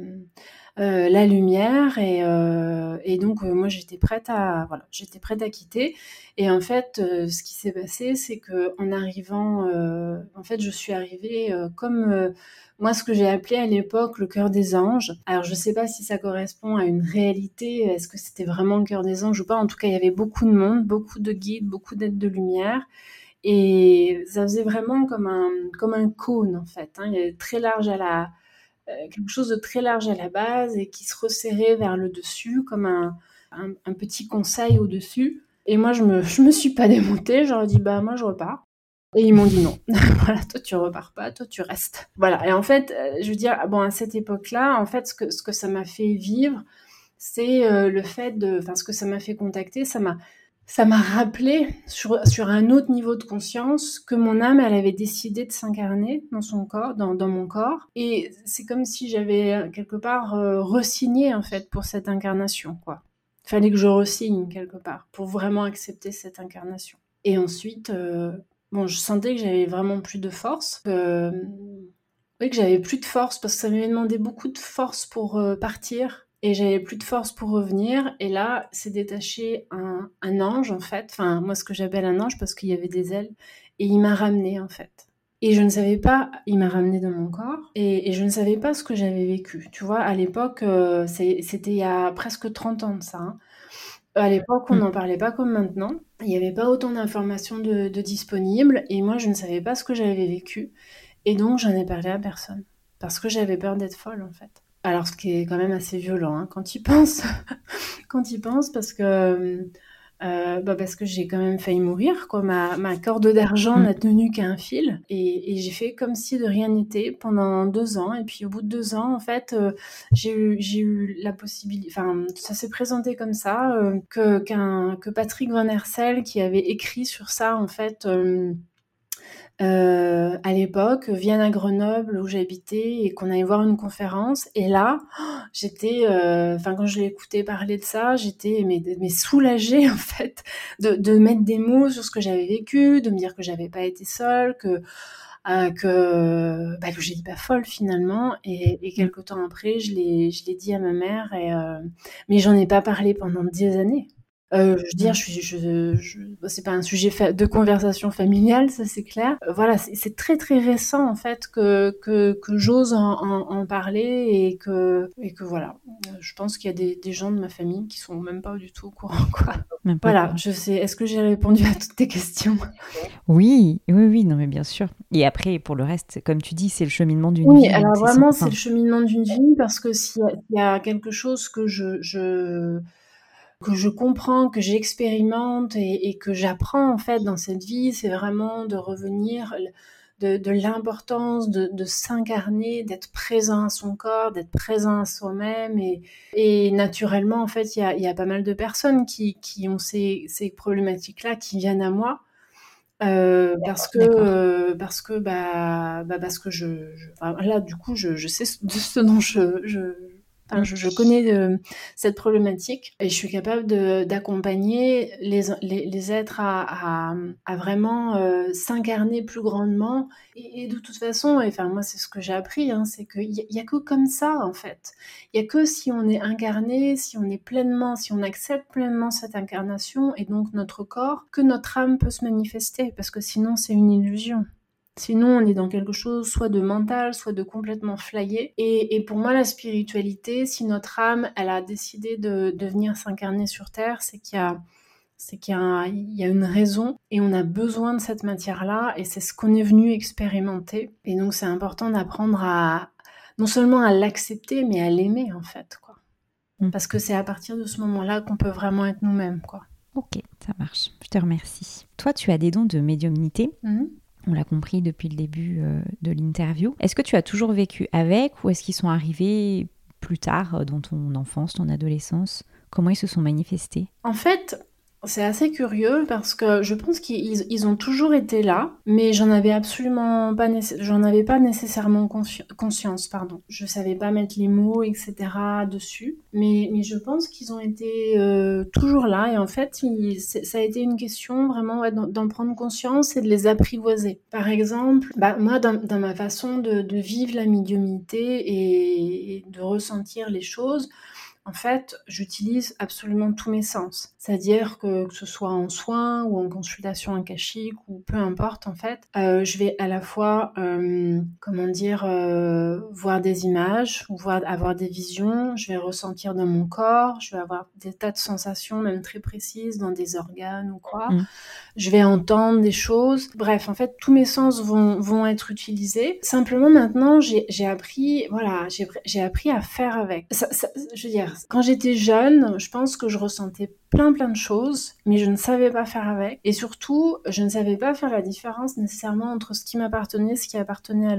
euh, la lumière, et, euh, et donc euh, moi j'étais prête à voilà j'étais prête à quitter. Et en fait euh, ce qui s'est passé, c'est que en arrivant euh, en fait je suis arrivée euh, comme euh, moi ce que j'ai appelé à l'époque le cœur des anges. Alors je sais pas si ça correspond à une réalité, est-ce que c'était vraiment le cœur des anges ou pas. En tout cas il y avait beaucoup de monde, beaucoup de guides, beaucoup d'aides de lumière, et ça faisait vraiment comme un comme un cône en fait, hein. Il y avait très large à la euh, quelque chose de très large à la base et qui se resserrait vers le dessus comme un, un, un petit conseil au-dessus. Et moi, je me, je me suis pas démontée. J'aurais dit, bah, moi, je repars. Et ils m'ont dit non. Voilà, toi, tu repars pas, toi, tu restes. Voilà. Et en fait, euh, je veux dire, bon, à cette époque-là, en fait, ce que, ce que ça m'a fait vivre, c'est euh, le fait de, enfin, ce que ça m'a fait contacter, ça m'a, ça m'a rappelé sur, sur un autre niveau de conscience que mon âme, elle avait décidé de s'incarner dans son corps, dans, dans mon corps. Et c'est comme si j'avais quelque part euh, re-signé, en fait, pour cette incarnation, quoi. Fallait que je re-signe quelque part pour vraiment accepter cette incarnation. Et ensuite, euh, bon, je sentais que j'avais vraiment plus de force, que, oui, que j'avais plus de force parce que ça m'avait demandé beaucoup de force pour euh, partir et j'avais plus de force pour revenir. Et là, c'est détaché un, un ange en fait, enfin moi ce que j'appelle un ange parce qu'il y avait des ailes et il m'a ramené en fait. Et je ne savais pas, il m'a ramené dans mon corps et, et je ne savais pas ce que j'avais vécu. Tu vois, à l'époque, euh, c'est, c'était il y a presque trente ans de ça. Hein. À l'époque, on Mm. n'en parlait pas comme maintenant. Il n'y avait pas autant d'informations de, de disponibles et moi, je ne savais pas ce que j'avais vécu. Et donc, j'en ai parlé à personne. Parce que j'avais peur d'être folle, en fait. Alors, ce qui est quand même assez violent, hein, quand tu y penses. Quand tu y penses, parce que, euh, bah parce que j'ai quand même failli mourir, quoi. Ma, ma corde d'argent Mm. n'a tenu qu'à un fil. Et, et j'ai fait comme si de rien n'était pendant deux ans. Et puis, au bout de deux ans, en fait, euh, j'ai eu, j'ai eu la possibilité... Enfin, ça s'est présenté comme ça, euh, que, qu'un, que Patrick Van Hersel, qui avait écrit sur ça, en fait... Euh, euh, à l'époque, vienne à Grenoble où j'habitais et qu'on allait voir une conférence. Et là, j'étais, enfin euh, quand je l'ai écouté parler de ça, j'étais mais, mais soulagée en fait de, de mettre des mots sur ce que j'avais vécu, de me dire que j'avais pas été seule, que euh, que bah, que j'étais pas folle finalement. Et, et quelques temps après, je l'ai je l'ai dit à ma mère. Et euh, mais j'en ai pas parlé pendant des années. Euh, je veux dire, je suis, je, je, c'est pas un sujet fa- de conversation familiale, ça c'est clair. Euh, voilà, c'est, c'est très très récent en fait que que, que j'ose en, en, en parler et que et que voilà. Euh, Je pense qu'il y a des, des gens de ma famille qui sont même pas du tout au courant, quoi. Même pas Voilà, quoi. je sais. Est-ce que j'ai répondu à toutes tes questions? Oui, oui, oui, non mais bien sûr. Et après, pour le reste, comme tu dis, c'est le cheminement d'une Oui, vie, donc alors c'est sans vraiment, c'est fin. le cheminement d'une vie parce que s'il y a, s'il y a quelque chose que je, je que je comprends, que j'expérimente et, et que j'apprends en fait dans cette vie, c'est vraiment de revenir de, de l'importance de, de s'incarner, d'être présent à son corps, d'être présent à soi-même. Et, et naturellement, en fait, il y a, y a pas mal de personnes qui, qui ont ces, ces problématiques-là qui viennent à moi. Euh, parce que euh, parce que bah, bah parce que je, je enfin, là du coup je, je sais de ce dont je, je Enfin, je, je connais euh, cette problématique et je suis capable de, d'accompagner les, les, les êtres à, à, à vraiment euh, s'incarner plus grandement. Et, et de toute façon, et enfin moi c'est ce que j'ai appris, hein, c'est qu'il n'y a, y a que comme ça en fait. Il n'y a que si on est incarné, si on est pleinement, si on accepte pleinement cette incarnation et donc notre corps, que notre âme peut se manifester, parce que sinon c'est une illusion. Sinon, on est dans quelque chose soit de mental, soit de complètement flyé. Et, et pour moi, la spiritualité, si notre âme, elle a décidé de, de venir s'incarner sur Terre, c'est qu'il y a, c'est qu'il y a, il y a une raison et on a besoin de cette matière-là et c'est ce qu'on est venu expérimenter. Et donc, c'est important d'apprendre à, non seulement à l'accepter, mais à l'aimer, en fait, quoi. Mm. Parce que c'est à partir de ce moment-là qu'on peut vraiment être nous-mêmes, quoi. Ok, ça marche. Je te remercie. Toi, tu as des dons de médiumnité. Mmh. On l'a compris depuis le début euh, de l'interview. Est-ce que tu as toujours vécu avec ou est-ce qu'ils sont arrivés plus tard euh, dans ton enfance, ton adolescence? Comment ils se sont manifestés? En fait, c'est assez curieux parce que je pense qu'ils ils ont toujours été là, mais j'en avais absolument pas, nécess- j'en avais pas nécessairement confi- conscience, pardon. Je savais pas mettre les mots, et cetera dessus, mais, mais je pense qu'ils ont été euh, toujours là et en fait, il- c'est- ça a été une question vraiment ouais, d'en, d'en prendre conscience et de les apprivoiser. Par exemple, bah, moi, dans, dans ma façon de, de vivre la médiumnité et, et de ressentir les choses, en fait, j'utilise absolument tous mes sens. C'est-à-dire que, que ce soit en soins ou en consultation akashique ou peu importe, en fait, euh, je vais à la fois, euh, comment dire, euh, voir des images, ou voir, avoir des visions, je vais ressentir dans mon corps, je vais avoir des tas de sensations, même très précises, dans des organes ou quoi. Mm. Je vais entendre des choses. Bref, en fait, tous mes sens vont, vont être utilisés. Simplement, maintenant, j'ai, j'ai appris, voilà, j'ai, j'ai appris à faire avec. Ça, ça, je veux dire, quand j'étais jeune, je pense que je ressentais plein plein de choses, mais je ne savais pas faire avec. Et surtout, je ne savais pas faire la différence nécessairement entre ce qui m'appartenait et ce qui appartenait à l'autre.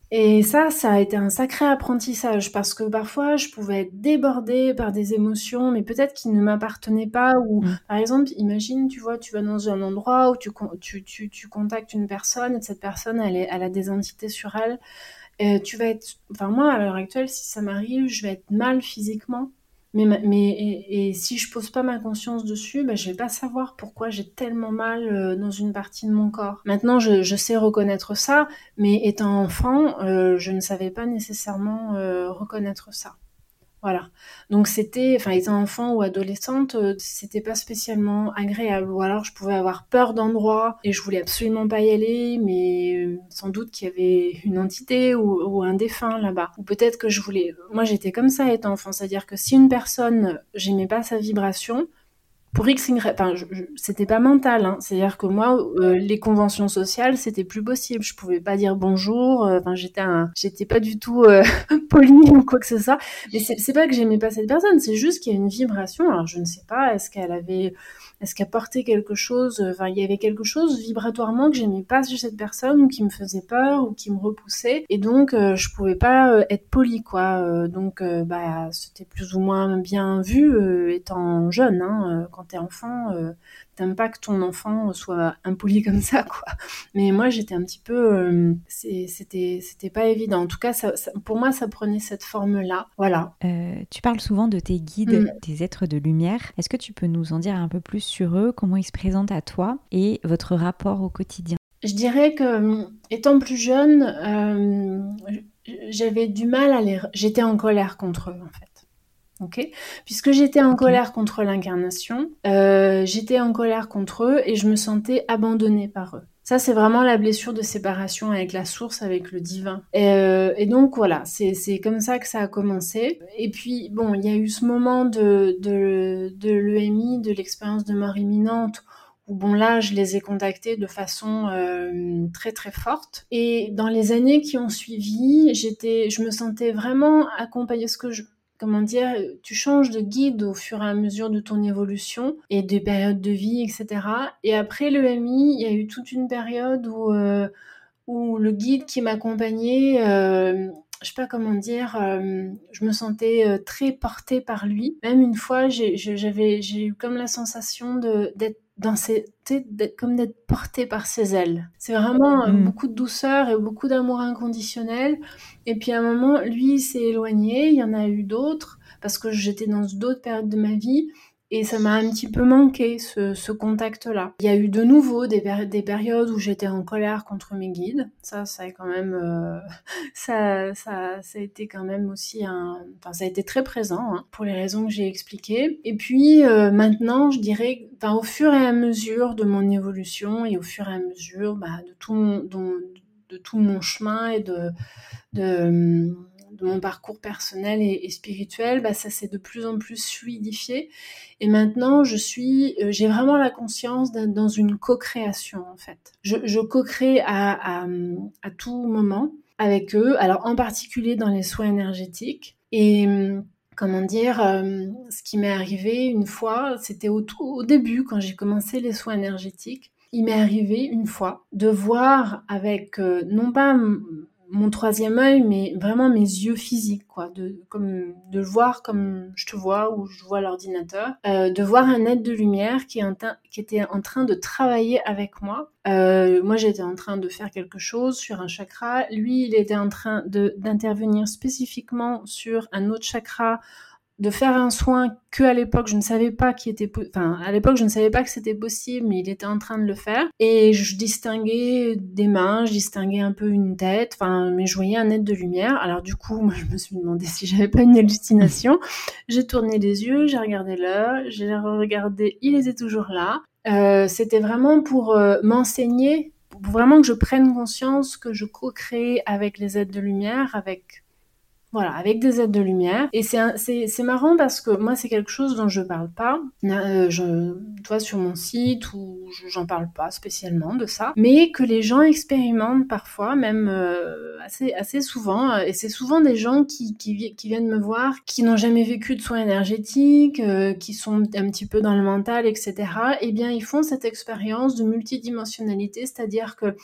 Et ça, ça a été un sacré apprentissage parce que parfois, je pouvais être débordée par des émotions, mais peut-être qui ne m'appartenaient pas. Ou Mmh. par exemple, imagine, tu vois, tu vas dans un endroit où tu, con- tu, tu, tu contactes une personne et cette personne, elle, est, elle a des entités sur elle. Euh, tu vas être, enfin moi, à l'heure actuelle, si ça m'arrive, je vais être mal physiquement. Mais, ma- mais et, et si je pose pas ma conscience dessus, bah, je vais pas savoir pourquoi j'ai tellement mal euh, dans une partie de mon corps. Maintenant, je, je sais reconnaître ça, mais étant enfant, euh, je ne savais pas nécessairement euh, reconnaître ça. Voilà. Donc c'était, enfin, étant enfant ou adolescente, euh, c'était pas spécialement agréable. Ou alors je pouvais avoir peur d'endroits et je voulais absolument pas y aller, mais euh, sans doute qu'il y avait une entité ou, ou un défunt là-bas. Ou peut-être que je voulais. Moi, j'étais comme ça étant enfant, c'est-à-dire que si une personne, j'aimais pas sa vibration, pour X, Y, enfin, je- je- c'était pas mental, hein. C'est-à-dire que moi, euh, les conventions sociales, c'était plus possible. Je pouvais pas dire bonjour. euh, Enfin, j'étais un, j'étais pas du tout euh, polie ou quoi que ce soit. Mais c'est c'est pas que j'aimais pas cette personne, c'est juste qu'il y a une vibration. Alors, je ne sais pas, est-ce qu'elle avait, est-ce qu'elle portait quelque chose. Enfin, il y avait quelque chose vibratoirement que j'aimais pas chez cette personne ou qui me faisait peur ou qui me repoussait. Et donc, euh, je pouvais pas euh, être polie, quoi. Euh, donc, euh, bah, c'était plus ou moins bien vu euh, étant jeune, hein. Quand t'es enfant, euh, t'aimes pas que ton enfant soit impoli comme ça, quoi. Mais moi, j'étais un petit peu, euh, c'est- c'était, c'était pas évident. En tout cas, ça, ça- pour moi, ça prenait cette forme-là. Voilà. Euh, tu parles souvent de tes guides, Mm. tes êtres de lumière. Est-ce que tu peux nous en dire un peu plus sur eux, comment ils se présentent à toi et votre rapport au quotidien? Je dirais que, euh, étant plus jeune, euh, j'avais du mal à les... J'étais en colère contre eux, en fait. Ok. Puisque j'étais en Ok. colère contre l'incarnation, euh, j'étais en colère contre eux et je me sentais abandonnée par eux. Ça, c'est vraiment la blessure de séparation avec la source, avec le divin. Et, euh, et donc, voilà, c'est, c'est comme ça que ça a commencé. Et puis, bon, il y a eu ce moment de, de, de l'E M I, de l'expérience de mort imminente, où, bon, là, je les ai contactés de façon euh, très, très forte. Et dans les années qui ont suivi, j'étais, je me sentais vraiment accompagnée. Ce que je, comment dire, tu changes de guide au fur et à mesure de ton évolution et des périodes de vie, et cetera. Et après le M I, il y a eu toute une période où, euh, où le guide qui m'accompagnait, euh, je sais pas comment dire, euh, je me sentais euh, très portée par lui. Même une fois, j'ai, j'avais, j'ai eu comme la sensation de, d'être dans ses, d'être, comme d'être portée par ses ailes. C'est vraiment euh, Mm. beaucoup de douceur et beaucoup d'amour inconditionnel. Et puis à un moment, lui il s'est éloigné, il y en a eu d'autres, parce que j'étais dans d'autres périodes de ma vie. Et ça m'a un petit peu manqué, ce, ce contact-là. Il y a eu de nouveau des, péri- des périodes où j'étais en colère contre mes guides. Ça, ça a quand même, euh, ça, ça, ça a été quand même aussi un, enfin, ça a été très présent, hein, pour les raisons que j'ai expliquées. Et puis euh, maintenant, je dirais, enfin, au fur et à mesure de mon évolution et au fur et à mesure, bah, de tout mon, de, de tout mon chemin et de, de de mon parcours personnel et, et spirituel, bah, ça s'est de plus en plus fluidifié. Et maintenant, je suis, euh, j'ai vraiment la conscience d'être dans une co-création, en fait. Je, je co-crée à, à, à tout moment avec eux, alors en particulier dans les soins énergétiques. Et comment dire, euh, ce qui m'est arrivé une fois, c'était au, tout, au début, quand j'ai commencé les soins énergétiques, il m'est arrivé une fois de voir avec, euh, non pas mon troisième œil, mais vraiment mes yeux physiques, quoi, de, comme, de le voir comme je te vois ou je vois l'ordinateur, euh, de voir un être de lumière qui, est en qui était en train de travailler avec moi. Euh, moi, j'étais en train de faire quelque chose sur un chakra. Lui, il était en train de, d'intervenir spécifiquement sur un autre chakra, de faire un soin que à l'époque je ne savais pas qui était, enfin à l'époque je ne savais pas que c'était possible, mais il était en train de le faire. Et je distinguais des mains, je distinguais un peu une tête, enfin mais je voyais un être de lumière. Alors du coup, moi je me suis demandé si j'avais pas une hallucination. J'ai tourné les yeux, j'ai regardé l'heure, j'ai regardé, il était toujours là. Euh, c'était vraiment pour euh, m'enseigner, pour vraiment que je prenne conscience que je co-crée avec les êtres de lumière, avec voilà, avec des aides de lumière. Et c'est, un, c'est, c'est marrant parce que moi, c'est quelque chose dont je parle pas. Euh, je, toi, sur mon site, où j'en parle pas spécialement de ça, mais que les gens expérimentent parfois, même euh, assez, assez souvent. Et c'est souvent des gens qui, qui, qui viennent me voir, qui n'ont jamais vécu de soins énergétiques, euh, qui sont un petit peu dans le mental, et cetera. Eh bien, ils font cette expérience de multidimensionnalité, c'est-à-dire que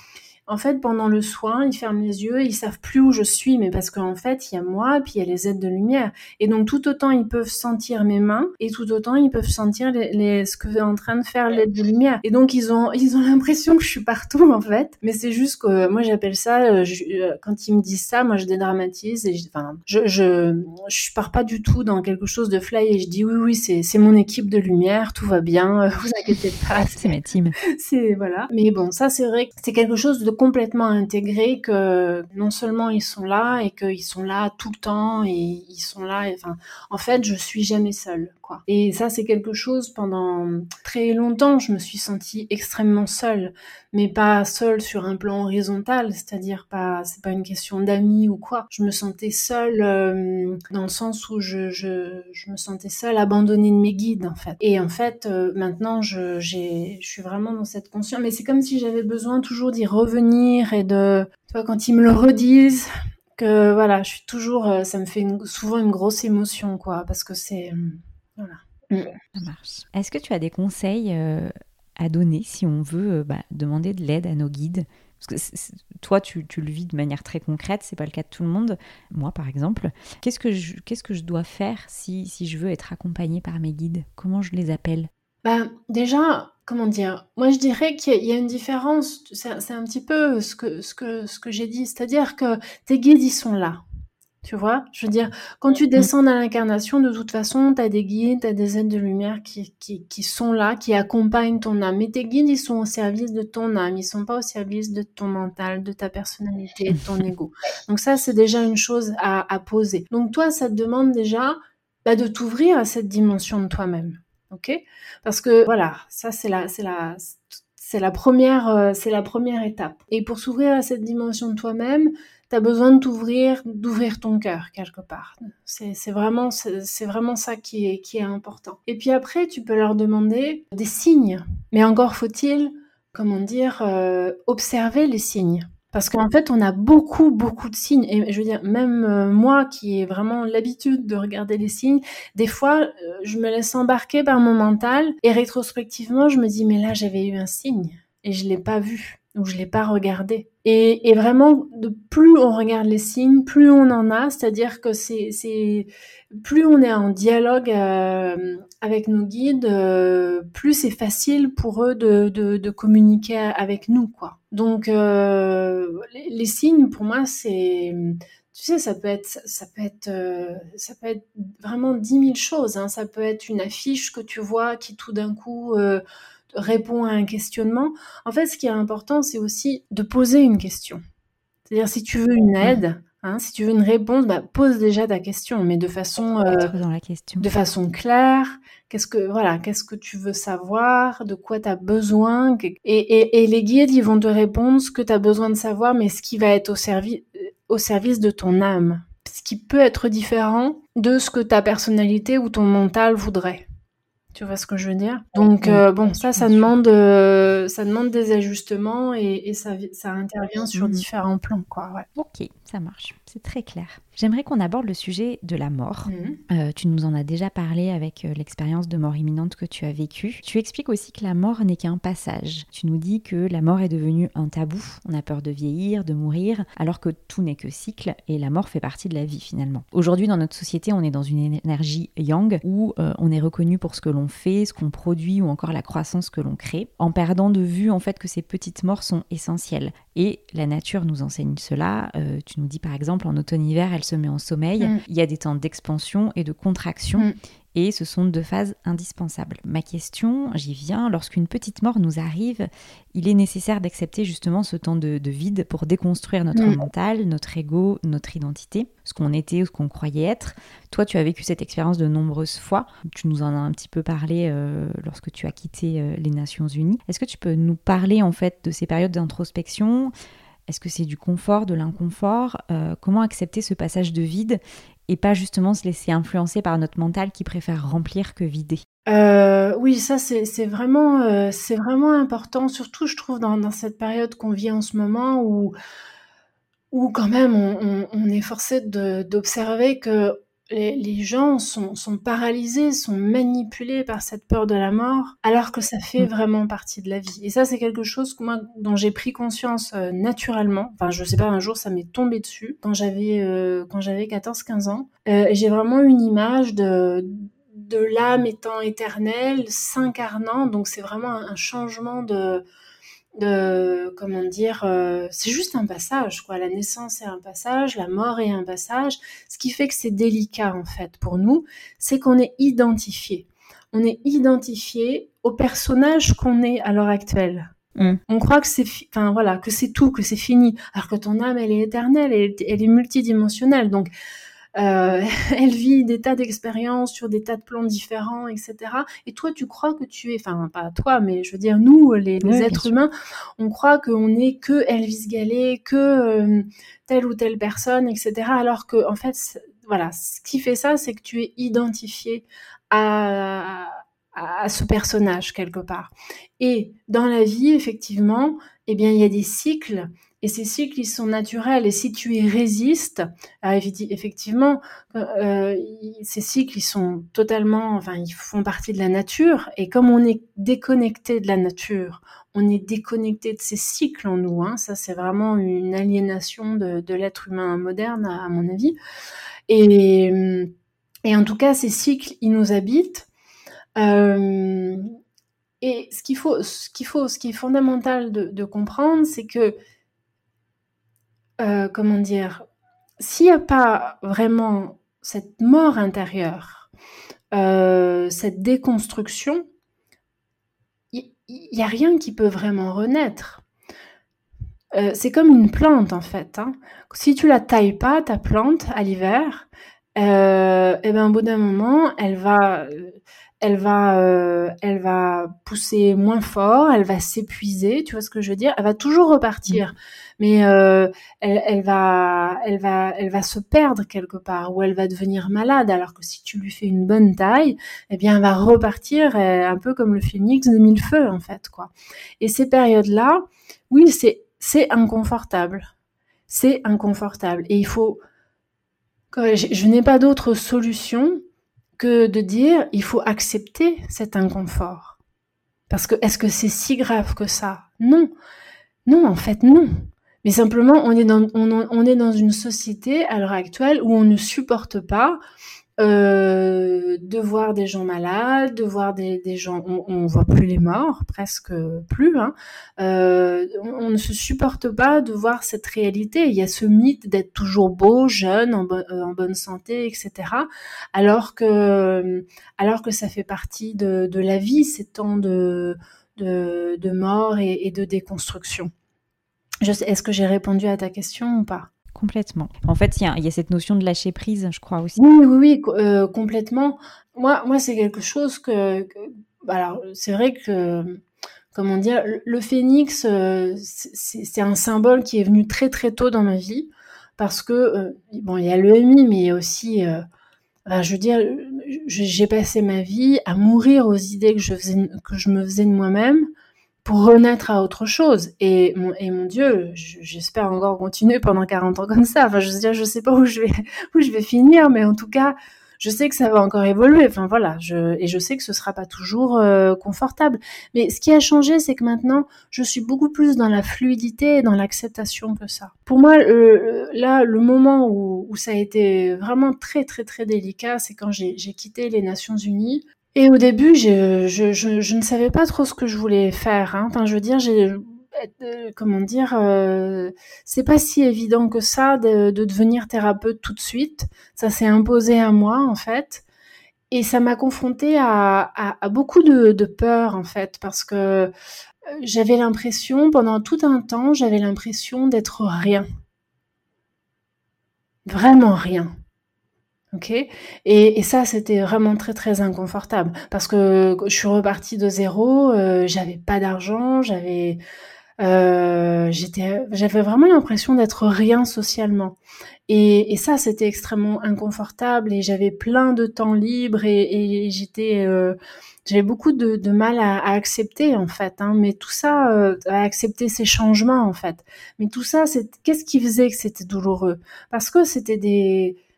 En fait, pendant le soin, ils ferment les yeux, ils savent plus où je suis, mais parce qu'en fait, il y a moi, puis il y a les aides de lumière. Et donc, tout autant ils peuvent sentir mes mains, et tout autant ils peuvent sentir les, les, ce que est en train de faire l'aide de lumière. Et donc, ils ont, ils ont l'impression que je suis partout, en fait. Mais c'est juste que, moi, j'appelle ça, je, quand ils me disent ça, moi, je dédramatise, et je, enfin, je, je, je pars pas du tout dans quelque chose de fly, et je dis, oui, oui, c'est, c'est mon équipe de lumière, tout va bien, vous inquiétez pas. C'est ma team. C'est, voilà. Mais bon, ça, c'est vrai que c'est quelque chose de complètement intégré, que non seulement ils sont là et qu'ils sont là tout le temps et ils sont là, et, enfin, en fait, je suis jamais seule, quoi. Et ça, c'est quelque chose, pendant très longtemps, je me suis sentie extrêmement seule, mais pas seule sur un plan horizontal, c'est-à-dire pas, c'est pas une question d'amis ou quoi. Je me sentais seule euh, dans le sens où je, je, je me sentais seule, abandonnée de mes guides, en fait. Et en fait, euh, maintenant, je, j'ai, je suis vraiment dans cette conscience, mais c'est comme si j'avais besoin toujours d'y revenir et de, tu vois, quand ils me le redisent, que voilà, je suis toujours, euh, ça me fait une, souvent une grosse émotion, quoi, parce que c'est, euh, voilà. Ça marche. Est-ce que tu as des conseils euh, à donner si on veut euh, bah, demander de l'aide à nos guides? Parce que c'est, c'est, toi, tu, tu le vis de manière très concrète, c'est pas le cas de tout le monde. Moi, par exemple, qu'est-ce que je, qu'est-ce que je dois faire si, si je veux être accompagnée par mes guides? Comment je les appelle? Bah, déjà, comment dire? Moi, je dirais qu'il y a, il y a une différence. C'est, c'est un petit peu ce que, ce que, ce que j'ai dit. C'est-à-dire que tes guides, ils sont là. Tu vois? Je veux dire, quand tu descends dans l'incarnation, de toute façon, tu as des guides, tu as des êtres de lumière qui, qui, qui sont là, qui accompagnent ton âme. Mais tes guides, ils sont au service de ton âme. Ils sont pas au service de ton mental, de ta personnalité, de ton ego. Donc ça, c'est déjà une chose à, à poser. Donc toi, ça te demande déjà bah, de t'ouvrir à cette dimension de toi-même. Ok? Parce que voilà, ça c'est la, c'est la, c'est la première, euh, c'est la première étape. Et pour s'ouvrir à cette dimension de toi-même, t'as besoin de t'ouvrir, d'ouvrir ton cœur quelque part. C'est, c'est vraiment, c'est, c'est vraiment ça qui est, qui est important. Et puis après, tu peux leur demander des signes. Mais encore faut-il, comment dire, euh, observer les signes. Parce qu'en fait, on a beaucoup, beaucoup de signes. Et je veux dire, même euh, moi qui ai vraiment l'habitude de regarder les signes, des fois, euh, je me laisse embarquer par mon mental et rétrospectivement, je me dis, mais là, j'avais eu un signe et je l'ai pas vu ou je l'ai pas regardé. Et, et vraiment, de plus on regarde les signes, plus on en a, c'est-à-dire que c'est, c'est plus on est en dialogue euh, avec nos guides, euh, plus c'est facile pour eux de, de, de communiquer avec nous, quoi. Donc, euh, les, les signes, pour moi, c'est, tu sais, ça peut être, ça peut être, euh, ça peut être vraiment dix mille choses. Hein. Ça peut être une affiche que tu vois qui tout d'un coup euh, répond à un questionnement. En fait, ce qui est important, c'est aussi de poser une question. C'est-à-dire, si tu veux une aide, hein, si tu veux une réponse, bah, pose déjà ta question, mais de façon, euh, Être dans la question. de façon claire. Qu'est-ce que, voilà, qu'est-ce que tu veux savoir, de quoi tu as besoin. Et, et, et les guides, ils vont te répondre ce que tu as besoin de savoir, mais ce qui va être au, servi- au service de ton âme. Ce qui peut être différent de ce que ta personnalité ou ton mental voudrait. Tu vois ce que je veux dire? Donc Oui, euh, bon, bien ça, sûr, ça bien sûr. demande, euh, ça demande des ajustements et, et ça, ça intervient sur Mhm. différents plans, quoi. Ouais. Ok, ça marche, c'est très clair. J'aimerais qu'on aborde le sujet de la mort. Mhm. Euh, tu nous en as déjà parlé avec euh, l'expérience de mort imminente que tu as vécue. Tu expliques aussi que la mort n'est qu'un passage. Tu nous dis que la mort est devenue un tabou. On a peur de vieillir, de mourir, alors que tout n'est que cycle et la mort fait partie de la vie finalement. Aujourd'hui, dans notre société, on est dans une énergie yang où euh, on est reconnu pour ce que l'on fait, ce qu'on produit ou encore la croissance que l'on crée, en perdant de vue en fait que ces petites morts sont essentielles. Et la nature nous enseigne cela. Euh, tu nous dis par exemple en automne-hiver, elle se met en sommeil. Mm. Il y a des temps d'expansion et de contraction. Mm. Et ce sont deux phases indispensables. Ma question, j'y viens, lorsqu'une petite mort nous arrive, il est nécessaire d'accepter justement ce temps de, de vide pour déconstruire notre mmh. mental, notre ego, notre identité, ce qu'on était ou ce qu'on croyait être. Toi, tu as vécu cette expérience de nombreuses fois. Tu nous en as un petit peu parlé euh, lorsque tu as quitté euh, les Nations Unies. Est-ce que tu peux nous parler en fait de ces périodes d'introspection ? Est-ce que c'est du confort, de l'inconfort ? euh, Comment accepter ce passage de vide et pas justement se laisser influencer par notre mental qui préfère remplir que vider? Euh, oui, ça c'est, c'est vraiment euh, c'est vraiment important, surtout je trouve dans, dans cette période qu'on vit en ce moment où où quand même on, on, on est forcé de, d'observer que les, les gens sont, sont paralysés, sont manipulés par cette peur de la mort, alors que ça fait Mm. vraiment partie de la vie. Et ça, c'est quelque chose que moi, dont j'ai pris conscience euh, naturellement. Enfin, je sais pas, un jour, ça m'est tombé dessus quand j'avais euh, quand j'avais quatorze quinze ans. Euh, et j'ai vraiment une image de de l'âme étant éternelle, s'incarnant. Donc, c'est vraiment un, un changement de de comment dire, euh, c'est juste un passage, quoi. La naissance est un passage, la mort est un passage. Ce qui fait que c'est délicat, en fait, pour nous, c'est qu'on est identifié. On est identifié au personnage qu'on est à l'heure actuelle. Mm. On croit que c'est, fi- enfin voilà, que c'est tout, que c'est fini, alors que ton âme, elle est éternelle, elle, est- elle est multidimensionnelle. Donc, euh, elle vit des tas d'expériences sur des tas de plans différents, et cetera. Et toi, tu crois que tu es, enfin pas toi, mais je veux dire nous, les, les Oui, bien êtres sûr. humains, on croit qu'on n'est que Elvis Gallet, que euh, telle ou telle personne, et cetera. Alors que en fait, voilà, ce qui fait ça, c'est que tu es identifié à, à, à ce personnage quelque part. Et dans la vie, effectivement, eh bien, il y a des cycles. Et ces cycles, ils sont naturels. Et si tu y résistes, ah, effectivement, euh, ces cycles, ils sont totalement, enfin, ils font partie de la nature. Et comme on est déconnecté de la nature, on est déconnecté de ces cycles en nous. Hein, ça, c'est vraiment une aliénation de, de l'être humain moderne, à, à mon avis. Et, et en tout cas, ces cycles, ils nous habitent. Euh, et ce qu'il faut, ce qu'il faut, ce qui est fondamental de, de comprendre, c'est que, euh, comment dire, s'il n'y a pas vraiment cette mort intérieure, euh, cette déconstruction, il n'y a rien qui peut vraiment renaître. Euh, c'est comme une plante en fait. Hein. Si tu la tailles pas, ta plante à l'hiver, euh, et ben au bout d'un moment, elle va, elle va, euh, elle va pousser moins fort, elle va s'épuiser. Tu vois ce que je veux dire? Elle va toujours repartir, Mm. mais euh, elle, elle va, elle va, elle va se perdre quelque part ou elle va devenir malade. Alors que si tu lui fais une bonne taille, eh bien, elle va repartir euh, un peu comme le phénix de mille feux en fait, quoi. Et ces périodes-là, oui, c'est c'est inconfortable. C'est inconfortable. Et il faut. Je, je n'ai pas d'autre solution que de dire il faut accepter cet inconfort. Parce que est-ce que c'est si grave que ça? Non. Non, en fait, non. Mais simplement, on est dans, on, on est dans une société à l'heure actuelle où on ne supporte pas euh, de voir des gens malades, de voir des, des gens, on, on voit plus les morts, presque plus. Hein. Euh, on, on ne se supporte pas de voir cette réalité. Il y a ce mythe d'être toujours beau, jeune, en, bo- euh, en bonne santé, et cetera. Alors que, alors que ça fait partie de, de la vie, ces temps de, de, de mort et, et de déconstruction. Je sais, est-ce que j'ai répondu à ta question ou pas? Complètement. En fait, il y a, il y a cette notion de lâcher prise, je crois aussi. Oui, oui, oui, co- euh, complètement. Moi, moi, c'est quelque chose que, que- alors, c'est vrai que, comment dire, le, le phénix, euh, c'est c'est un symbole qui est venu très très tôt dans ma vie parce que, euh, bon, il y a l'E M I, mais il y a aussi, euh, enfin, je veux dire, j'ai passé ma vie à mourir aux idées que je faisais, que je me faisais de moi-même pour renaître à autre chose. Et mon, et mon Dieu, j'espère encore continuer pendant quarante ans comme ça. Enfin, je veux dire, je sais pas où je vais, où je vais finir, mais en tout cas, je sais que ça va encore évoluer. Enfin, voilà. Je, et je sais que ce sera pas toujours euh, confortable. Mais ce qui a changé, c'est que maintenant, je suis beaucoup plus dans la fluidité et dans l'acceptation que ça. Pour moi, euh, là, le moment où, où ça a été vraiment très, très, très délicat, c'est quand j'ai quitté les Nations Unies. Et au début, je, je, je, je ne savais pas trop ce que je voulais faire. Hein. Enfin, je veux dire, j'ai, euh, comment dire, euh, c'est pas si évident que ça de, de devenir thérapeute tout de suite. Ça s'est imposé à moi, en fait. Et ça m'a confrontée à, à, à beaucoup de, de peur, en fait, parce que euh, j'avais l'impression, pendant tout un temps, j'avais l'impression d'être rien. Vraiment rien. Ok, et, et ça, c'était vraiment très très inconfortable parce que je suis repartie de zéro, euh, j'avais pas d'argent, j'avais, euh, j'étais, j'avais vraiment l'impression d'être rien socialement. Et, et ça, c'était extrêmement inconfortable et j'avais plein de temps libre et, et j'étais, euh, j'avais beaucoup de, de mal à, à accepter en fait. Hein, mais tout ça, euh, à accepter ces changements en fait. Mais tout ça, c'est qu'est-ce qui faisait que c'était douloureux? Parce que c'était des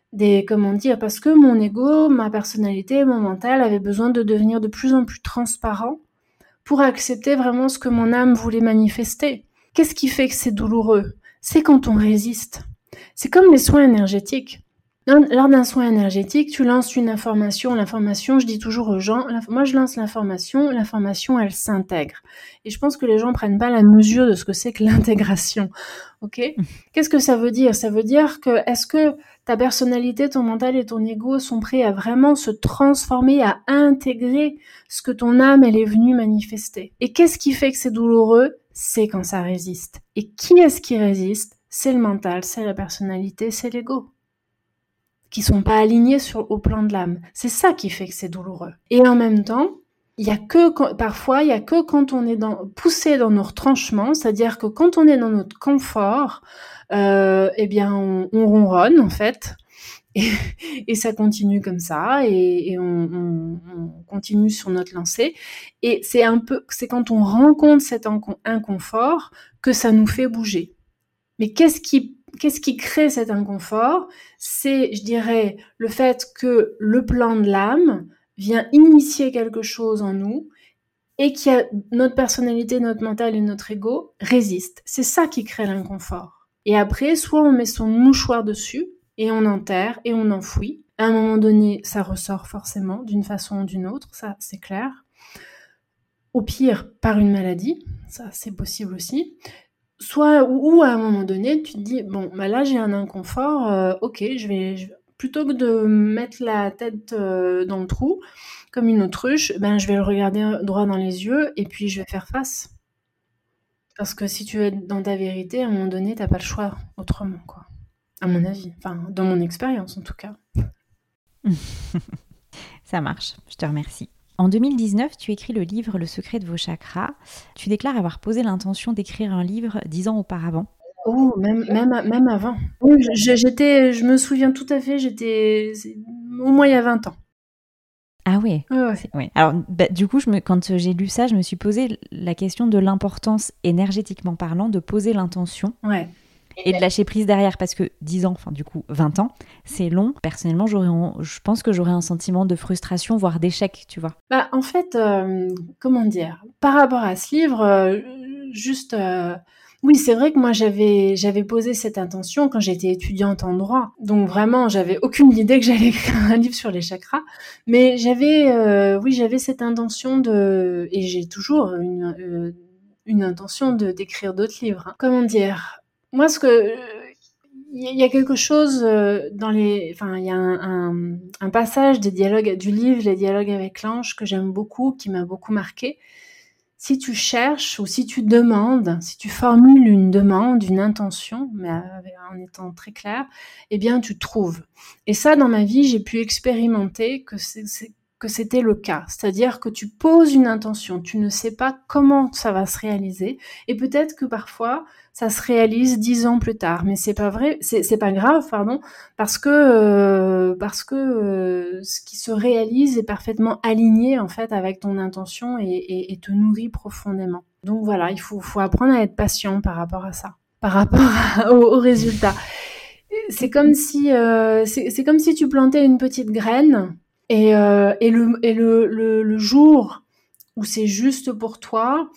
des, comment dire, parce que mon ego, ma personnalité, mon mental avait besoin de devenir de plus en plus transparent pour accepter vraiment ce que mon âme voulait manifester. Qu'est-ce qui fait que c'est douloureux? C'est quand on résiste. C'est comme les soins énergétiques. Lors d'un soin énergétique, tu lances une information. L'information, je dis toujours aux gens, moi je lance l'information, l'information elle s'intègre. Et je pense que les gens prennent pas la mesure de ce que c'est que l'intégration. Ok? Qu'est-ce que ça veut dire? Ça veut dire que est-ce que ta personnalité, ton mental et ton ego sont prêts à vraiment se transformer, à intégrer ce que ton âme elle est venue manifester? Et qu'est-ce qui fait que c'est douloureux? C'est quand ça résiste. Et qui est-ce qui résiste? C'est le mental, c'est la personnalité, c'est l'ego, qui sont pas alignés sur, au plan de l'âme. C'est ça qui fait que c'est douloureux. Et en même temps, il y a que quand, parfois, il y a que quand on est dans, poussé dans nos retranchements, c'est-à-dire que quand on est dans notre confort, euh, eh bien, on, on ronronne, en fait, et, et ça continue comme ça, et, et on, on, on continue sur notre lancée. Et c'est un peu, c'est quand on rencontre cet inconfort que ça nous fait bouger. Mais qu'est-ce qui Qu'est-ce qui crée cet inconfort? C'est, je dirais, le fait que le plan de l'âme vient initier quelque chose en nous et que notre personnalité, notre mental et notre ego résistent. C'est ça qui crée l'inconfort. Et après, soit on met son mouchoir dessus et on enterre et on enfouit. À un moment donné, ça ressort forcément d'une façon ou d'une autre, ça c'est clair. Au pire, par une maladie, ça c'est possible aussi. Soit, ou, ou à un moment donné, tu te dis, bon, bah là j'ai un inconfort, euh, ok, je vais, je, plutôt que de mettre la tête euh, dans le trou, comme une autruche, ben je vais le regarder droit dans les yeux et puis je vais faire face. Parce que si tu es dans ta vérité, à un moment donné, t'as pas le choix autrement, quoi. À mon avis, enfin, dans mon expérience en tout cas. Ça marche, je te remercie. En deux mille dix-neuf, tu écris le livre Le secret de vos chakras. Tu déclares avoir posé l'intention d'écrire un livre dix ans auparavant. Oh, même, même, même avant. Oui, j'étais, je me souviens tout à fait, j'étais au moins il y a vingt ans. Ah ouais, ouais, ouais. ouais. Alors, bah, du coup, je me, quand j'ai lu ça, je me suis posé la question de l'importance, énergétiquement parlant, de poser l'intention. Ouais. Et de lâcher prise derrière, parce que dix ans, enfin du coup vingt ans, c'est long. Personnellement, j'aurais, je pense que j'aurais un sentiment de frustration, voire d'échec, tu vois. Bah, en fait, euh, comment dire, par rapport à ce livre, euh, juste, euh, oui, c'est vrai que moi j'avais, j'avais posé cette intention quand j'étais étudiante en droit. Donc vraiment, j'avais aucune idée que j'allais écrire un livre sur les chakras, mais j'avais, euh, oui, j'avais cette intention de, et j'ai toujours une, euh, une intention de d'écrire d'autres livres. Hein. Comment dire? Moi, ce que il y a quelque chose dans les, enfin, il y a un, un, un passage des dialogues du livre, les dialogues avec l'ange, que j'aime beaucoup, qui m'a beaucoup marqué. Si tu cherches ou si tu demandes, si tu formules une demande, une intention, mais en étant très clair, eh bien, tu trouves. Et ça, dans ma vie, j'ai pu expérimenter que c'est, c'est que c'était le cas. C'est-à-dire que tu poses une intention, tu ne sais pas comment ça va se réaliser, et peut-être que parfois, ça se réalise dix ans plus tard. Mais c'est pas vrai, c'est, c'est pas grave, pardon, parce que, euh, parce que euh, ce qui se réalise est parfaitement aligné, en fait, avec ton intention et, et, et te nourrit profondément. Donc voilà, il faut, faut apprendre à être patient par rapport à ça, par rapport à, au, au résultat. C'est comme si, euh, c'est, c'est comme si tu plantais une petite graine, et, euh, et, le, et le, le, le jour où c'est juste pour toi,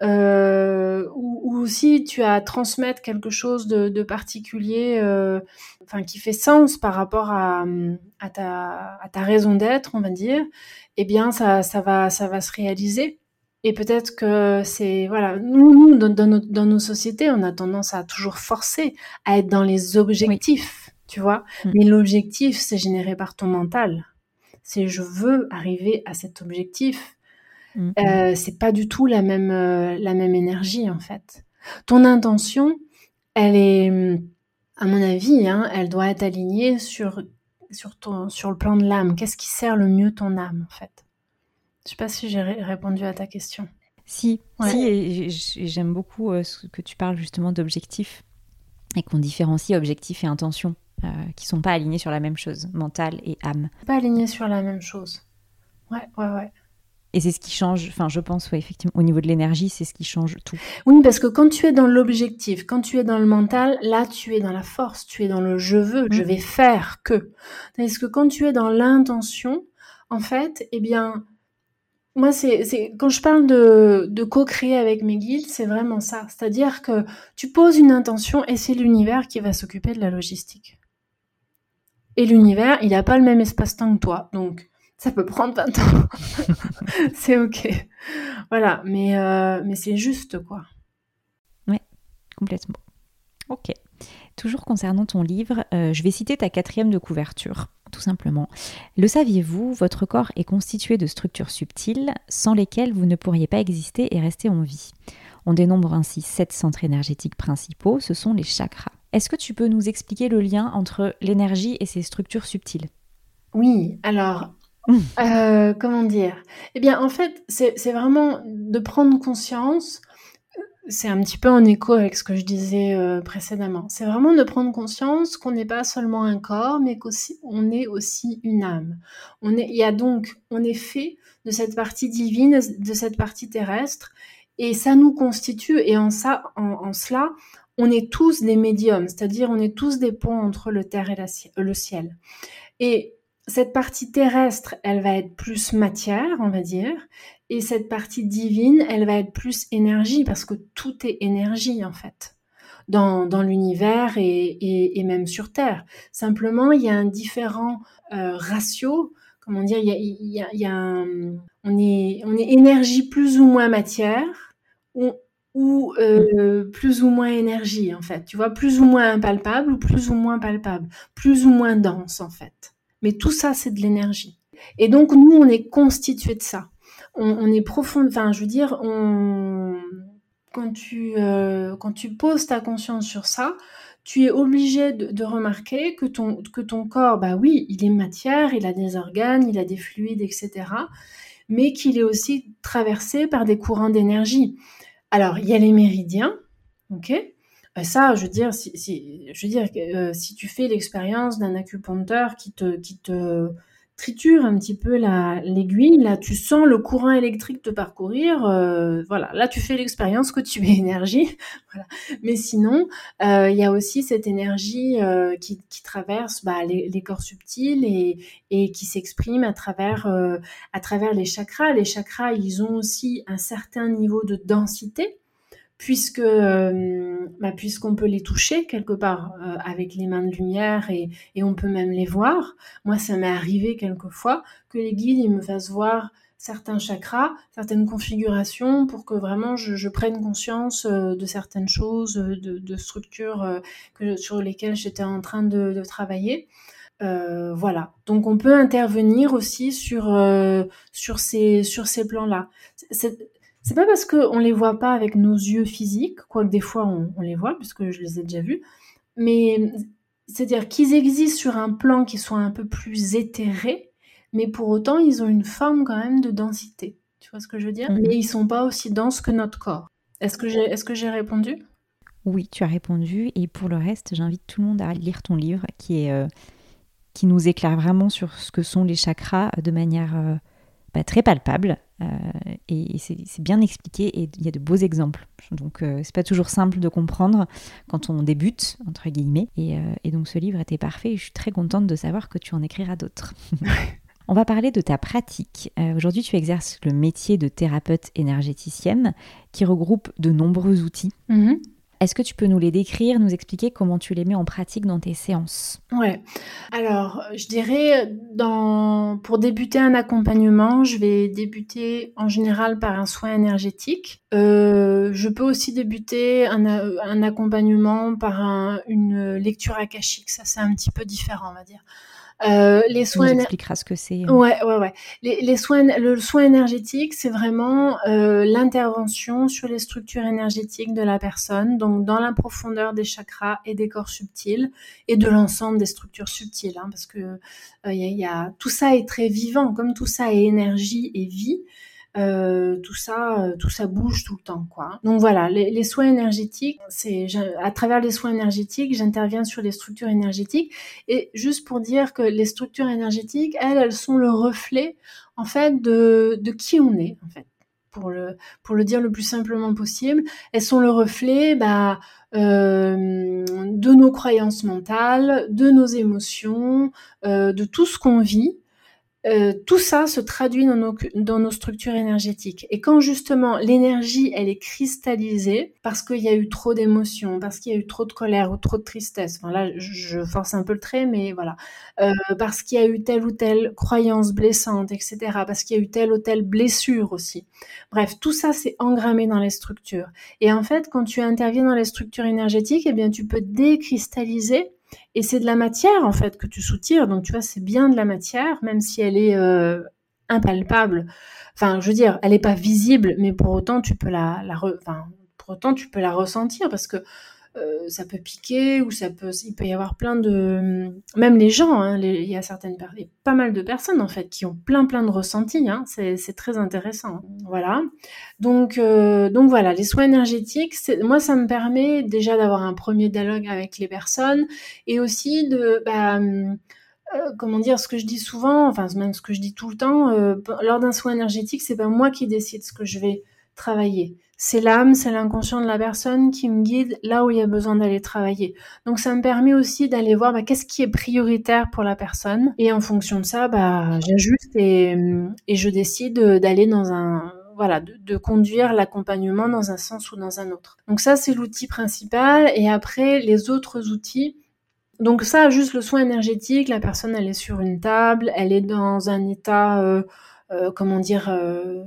euh, ou, ou si tu as à transmettre quelque chose de, de particulier, euh, enfin qui fait sens par rapport à, à, ta, à ta raison d'être, on va dire, eh bien ça, ça, va, ça va se réaliser. Et peut-être que c'est, voilà, nous, nous dans, dans, nos, dans nos sociétés, on a tendance à toujours forcer à être dans les objectifs, oui. Tu vois. Mmh. Mais l'objectif, c'est généré par ton mental. C'est je veux arriver à cet objectif. Mmh. Euh, c'est pas du tout la même, euh, la même énergie, en fait. Ton intention, elle est, à mon avis, hein, elle doit être alignée sur, sur, ton, sur le plan de l'âme. Qu'est-ce qui sert le mieux ton âme, en fait? Je sais pas si j'ai ré- répondu à ta question. Si, ouais. si et, et j'aime beaucoup euh, ce que tu parles justement d'objectifs et qu'on différencie objectifs et intention, euh, qui sont pas alignés sur la même chose, mental et âme. Pas alignés sur la même chose. Ouais, ouais, ouais. Et c'est ce qui change, enfin je pense, ouais, effectivement, au niveau de l'énergie, c'est ce qui change tout. Oui, parce que quand tu es dans l'objectif, quand tu es dans le mental, là tu es dans la force, tu es dans le je veux, mmh. je vais faire que. Tandis que quand tu es dans l'intention, en fait, eh bien, moi c'est, c'est quand je parle de, de co-créer avec mes guides, c'est vraiment ça. C'est-à-dire que tu poses une intention et c'est l'univers qui va s'occuper de la logistique. Et l'univers, il n'a pas le même espace-temps que toi, donc ça peut prendre vingt ans. C'est ok. Voilà, mais, euh, mais c'est juste, quoi. Ouais, complètement. Ok. Toujours concernant ton livre, euh, je vais citer ta quatrième de couverture, tout simplement. Le saviez-vous, votre corps est constitué de structures subtiles sans lesquelles vous ne pourriez pas exister et rester en vie. On dénombre ainsi sept centres énergétiques principaux, ce sont les chakras. Est-ce que tu peux nous expliquer le lien entre l'énergie et ces structures subtiles ? Oui, alors, mmh. euh, comment dire ? Eh bien, en fait, c'est, c'est vraiment de prendre conscience, c'est un petit peu en écho avec ce que je disais euh, précédemment, c'est vraiment de prendre conscience qu'on n'est pas seulement un corps, mais qu'on est aussi une âme. On est, il y a donc, on est fait de cette partie divine, de cette partie terrestre, et ça nous constitue, et en, ça, en, en cela, on est tous des médiums, c'est-à-dire on est tous des ponts entre le terre et la, le ciel. Et cette partie terrestre, elle va être plus matière, on va dire, et cette partie divine, elle va être plus énergie, parce que tout est énergie, en fait, dans, dans l'univers et, et, et même sur Terre. Simplement, il y a un différent euh, ratio, comment dire, il y a, il y a, il y a un, on est, on est énergie plus ou moins matière, ou, ou euh, plus ou moins énergie, en fait. Tu vois, plus ou moins impalpable ou plus ou moins palpable, plus ou moins dense, en fait. Mais tout ça, c'est de l'énergie. Et donc, nous, on est constitué de ça. On, on est profond, enfin, je veux dire, on, quand tu, euh, quand tu poses ta conscience sur ça, tu es obligé de, de remarquer que ton, que ton corps, bah oui, il est matière, il a des organes, il a des fluides, et cetera, mais qu'il est aussi traversé par des courants d'énergie. Alors, il y a les méridiens, ok ? Ça, je veux dire, si, si, je veux dire, euh, si tu fais l'expérience d'un acupuncteur qui te, qui te triture un petit peu la, l'aiguille, là, tu sens le courant électrique te parcourir. Euh, voilà, là, tu fais l'expérience que tu es énergie. Voilà. Mais sinon, il euh, y a aussi cette énergie euh, qui, qui traverse bah, les, les corps subtils et, et qui s'exprime à travers, euh, à travers les chakras. Les chakras, ils ont aussi un certain niveau de densité, puisque euh, bah, puisqu'on peut les toucher quelque part euh, avec les mains de lumière et, et on peut même les voir. Moi, ça m'est arrivé quelquefois que les guides ils me fassent voir certains chakras, certaines configurations pour que vraiment je, je prenne conscience euh, de certaines choses, de, de structures euh, que, sur lesquelles j'étais en train de, de travailler. Euh, voilà. Donc on peut intervenir aussi sur euh, sur ces sur ces plans-là. C'est, c'est pas parce qu'on les voit pas avec nos yeux physiques, quoique des fois on, on les voit, puisque je les ai déjà vus, mais c'est-à-dire qu'ils existent sur un plan qui soit un peu plus éthéré, mais pour autant ils ont une forme quand même de densité. Tu vois ce que je veux dire ? Mm-hmm. Mais ils sont pas aussi denses que notre corps. Est-ce que j'ai, est-ce que j'ai répondu ? Oui, tu as répondu. Et pour le reste, j'invite tout le monde à lire ton livre qui est... Euh... qui nous éclaire vraiment sur ce que sont les chakras de manière euh, bah, très palpable. Euh, et c'est, c'est bien expliqué et il y a de beaux exemples. Donc, euh, c'est pas toujours simple de comprendre quand on débute, entre guillemets. Et, euh, et donc, ce livre était parfait et je suis très contente de savoir que tu en écriras d'autres. On va parler de ta pratique. Euh, aujourd'hui, tu exerces le métier de thérapeute énergéticienne qui regroupe de nombreux outils. Mm-hmm. Est-ce que tu peux nous les décrire, nous expliquer comment tu les mets en pratique dans tes séances ? Ouais. Alors, je dirais, dans... pour débuter un accompagnement, je vais débuter en général par un soin énergétique. Euh, je peux aussi débuter un, un accompagnement par un, une lecture akashique. Ça, c'est un petit peu différent, on va dire. Euh, les soins tu nous expliqueras ce que c'est. Hein. Ouais, ouais, ouais. Les, les soins, le soin énergétique, c'est vraiment euh, l'intervention sur les structures énergétiques de la personne, donc dans la profondeur des chakras et des corps subtils et de l'ensemble des structures subtiles, hein, parce que euh, y a, y a, tout ça est très vivant, comme tout ça est énergie et vie. euh, tout ça, euh, tout ça bouge tout le temps, quoi. Donc voilà, les, les soins énergétiques, c'est à travers les soins énergétiques, j'interviens sur les structures énergétiques. Et juste pour dire que les structures énergétiques, elles, elles sont le reflet, en fait, de, de qui on est, en fait. Pour le, pour le dire le plus simplement possible, elles sont le reflet bah, euh, de nos croyances mentales, de nos émotions, euh, de tout ce qu'on vit. Euh, tout ça se traduit dans nos, dans nos structures énergétiques. Et quand justement l'énergie, elle est cristallisée, parce qu'il y a eu trop d'émotions, parce qu'il y a eu trop de colère ou trop de tristesse, enfin là je force un peu le trait, mais voilà, euh, parce qu'il y a eu telle ou telle croyance blessante, et cetera, parce qu'il y a eu telle ou telle blessure aussi. Bref, tout ça c'est engrammé dans les structures. Et en fait, quand tu interviens dans les structures énergétiques, eh bien tu peux décristalliser. Et c'est de la matière, en fait, que tu soutires. Donc, tu vois, c'est bien de la matière, même si elle est euh, impalpable. Enfin, je veux dire, elle n'est pas visible, mais pour autant, tu peux la, la re... enfin, pour autant, tu peux la ressentir parce que euh, ça peut piquer ou ça peut, il peut y avoir plein de, même les gens, hein, les, il y a certaines personnes, il y a pas mal de personnes en fait qui ont plein plein de ressentis. Hein, c'est, c'est très intéressant. Voilà. Donc euh, donc voilà, les soins énergétiques, c'est, moi ça me permet déjà d'avoir un premier dialogue avec les personnes et aussi de bah, euh, comment dire, ce que je dis souvent, enfin même ce que je dis tout le temps, euh, lors d'un soin énergétique, c'est pas moi qui décide ce que je vais travailler. C'est l'âme, c'est l'inconscient de la personne qui me guide là où il y a besoin d'aller travailler. Donc ça me permet aussi d'aller voir bah, qu'est-ce qui est prioritaire pour la personne. Et en fonction de ça, bah, j'ajuste et, et je décide d'aller dans un... Voilà, de, de conduire l'accompagnement dans un sens ou dans un autre. Donc ça, c'est l'outil principal. Et après, les autres outils, donc ça, juste le soin énergétique, la personne, elle est sur une table, elle est dans un état, euh, euh, comment dire... Euh,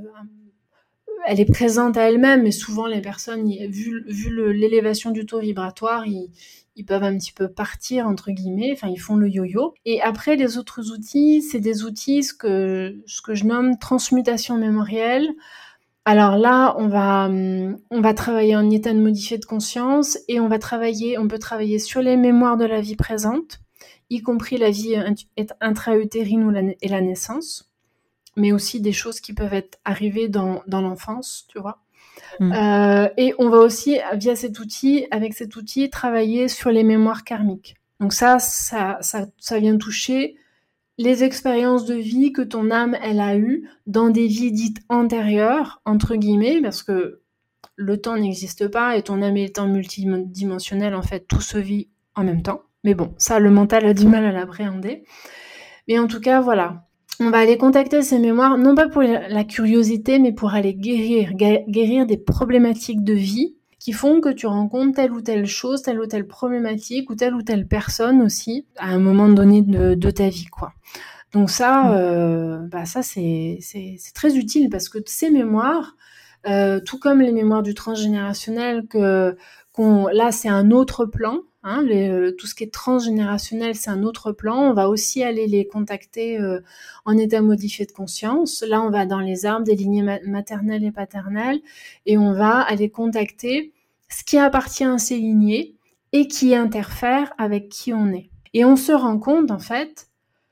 elle est présente à elle-même, mais souvent les personnes, vu, vu le, l'élévation du taux vibratoire, ils, ils peuvent un petit peu partir, entre guillemets, enfin ils font le yo-yo. Et après, les autres outils, c'est des outils, ce que, ce que je nomme transmutation mémorielle. Alors là, on va, on va travailler en état de modifié de conscience et on va travailler, on peut travailler sur les mémoires de la vie présente, y compris la vie intra-utérine ou la, et la naissance, mais aussi des choses qui peuvent être arrivées dans, dans l'enfance, tu vois. Mmh. Euh, et on va aussi, via cet outil, avec cet outil, travailler sur les mémoires karmiques. Donc ça, ça, ça, ça vient toucher les expériences de vie que ton âme, elle a eues dans des vies dites antérieures, entre guillemets, parce que le temps n'existe pas et ton âme étant multidimensionnelle, en fait, tout se vit en même temps. Mais bon, ça, le mental a du mal à l'appréhender. Mais en tout cas, voilà. On va aller contacter ces mémoires, non pas pour la curiosité, mais pour aller guérir, guérir des problématiques de vie qui font que tu rencontres telle ou telle chose, telle ou telle problématique, ou telle ou telle personne aussi, à un moment donné de, de ta vie, quoi. Donc ça, euh, bah ça c'est, c'est, c'est très utile parce que ces mémoires, euh, tout comme les mémoires du transgénérationnel, que, qu'on, là c'est un autre plan, hein, les, tout ce qui est transgénérationnel c'est un autre plan, on va aussi aller les contacter euh, en état modifié de conscience. Là on va dans les arbres des lignées maternelles et paternelles et on va aller contacter ce qui appartient à ces lignées et qui interfère avec qui on est. Et on se rend compte en fait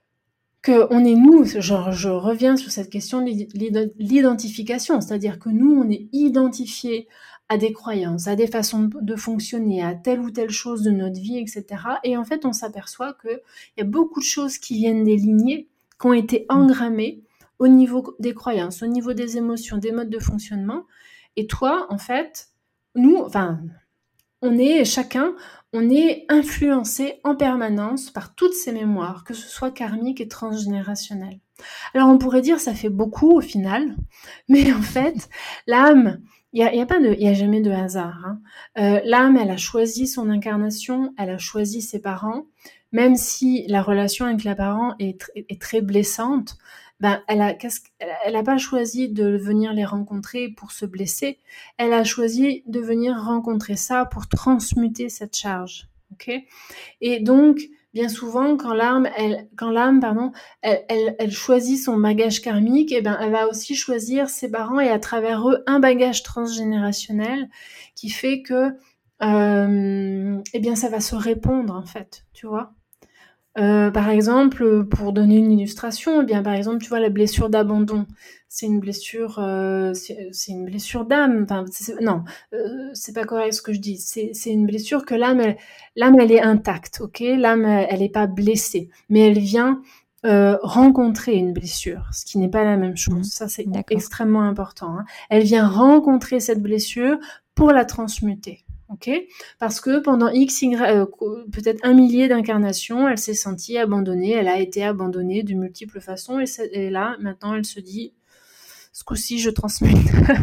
qu'on est nous, genre je reviens sur cette question de l'identification, c'est-à-dire que nous, on est identifiés à des croyances, à des façons de fonctionner, à telle ou telle chose de notre vie, et cetera. Et en fait, on s'aperçoit qu'il y a beaucoup de choses qui viennent des lignées, qui ont été engrammées au niveau des croyances, au niveau des émotions, des modes de fonctionnement. Et toi, en fait, nous, enfin, on est chacun, on est influencé en permanence par toutes ces mémoires, que ce soit karmiques et transgénérationnelles. Alors on pourrait dire ça fait beaucoup au final, mais en fait, l'âme, il y a, y a pas de, il y a jamais de hasard. Hein. Euh, l'âme, elle a choisi son incarnation, elle a choisi ses parents, même si la relation avec les parents est, est très blessante. Ben, elle a, elle a pas choisi de venir les rencontrer pour se blesser. Elle a choisi de venir rencontrer ça pour transmuter cette charge. Ok ? Et donc, bien souvent, quand l'âme, elle, quand l'âme, pardon, elle, elle, elle choisit son bagage karmique, et ben, elle va aussi choisir ses parents et à travers eux un bagage transgénérationnel qui fait que, euh, eh bien, ça va se répondre en fait, tu vois. Euh, par exemple, pour donner une illustration, eh bien par exemple, tu vois la blessure d'abandon, c'est une blessure, euh, c'est, c'est une blessure d'âme. Enfin, c'est, non, euh, c'est pas correct ce que je dis. C'est, c'est une blessure que l'âme, elle, l'âme, elle est intacte, ok. L'âme, elle est pas blessée, mais elle vient euh, rencontrer une blessure, ce qui n'est pas la même chose. Mmh. Ça, c'est D'accord. extrêmement important. Hein. Elle vient rencontrer cette blessure pour la transmuter. Ok, parce que pendant X, Y, euh, peut-être un millier d'incarnations, elle s'est sentie abandonnée, elle a été abandonnée de multiples façons, et, et là, maintenant, elle se dit, ce coup-ci, je transmute.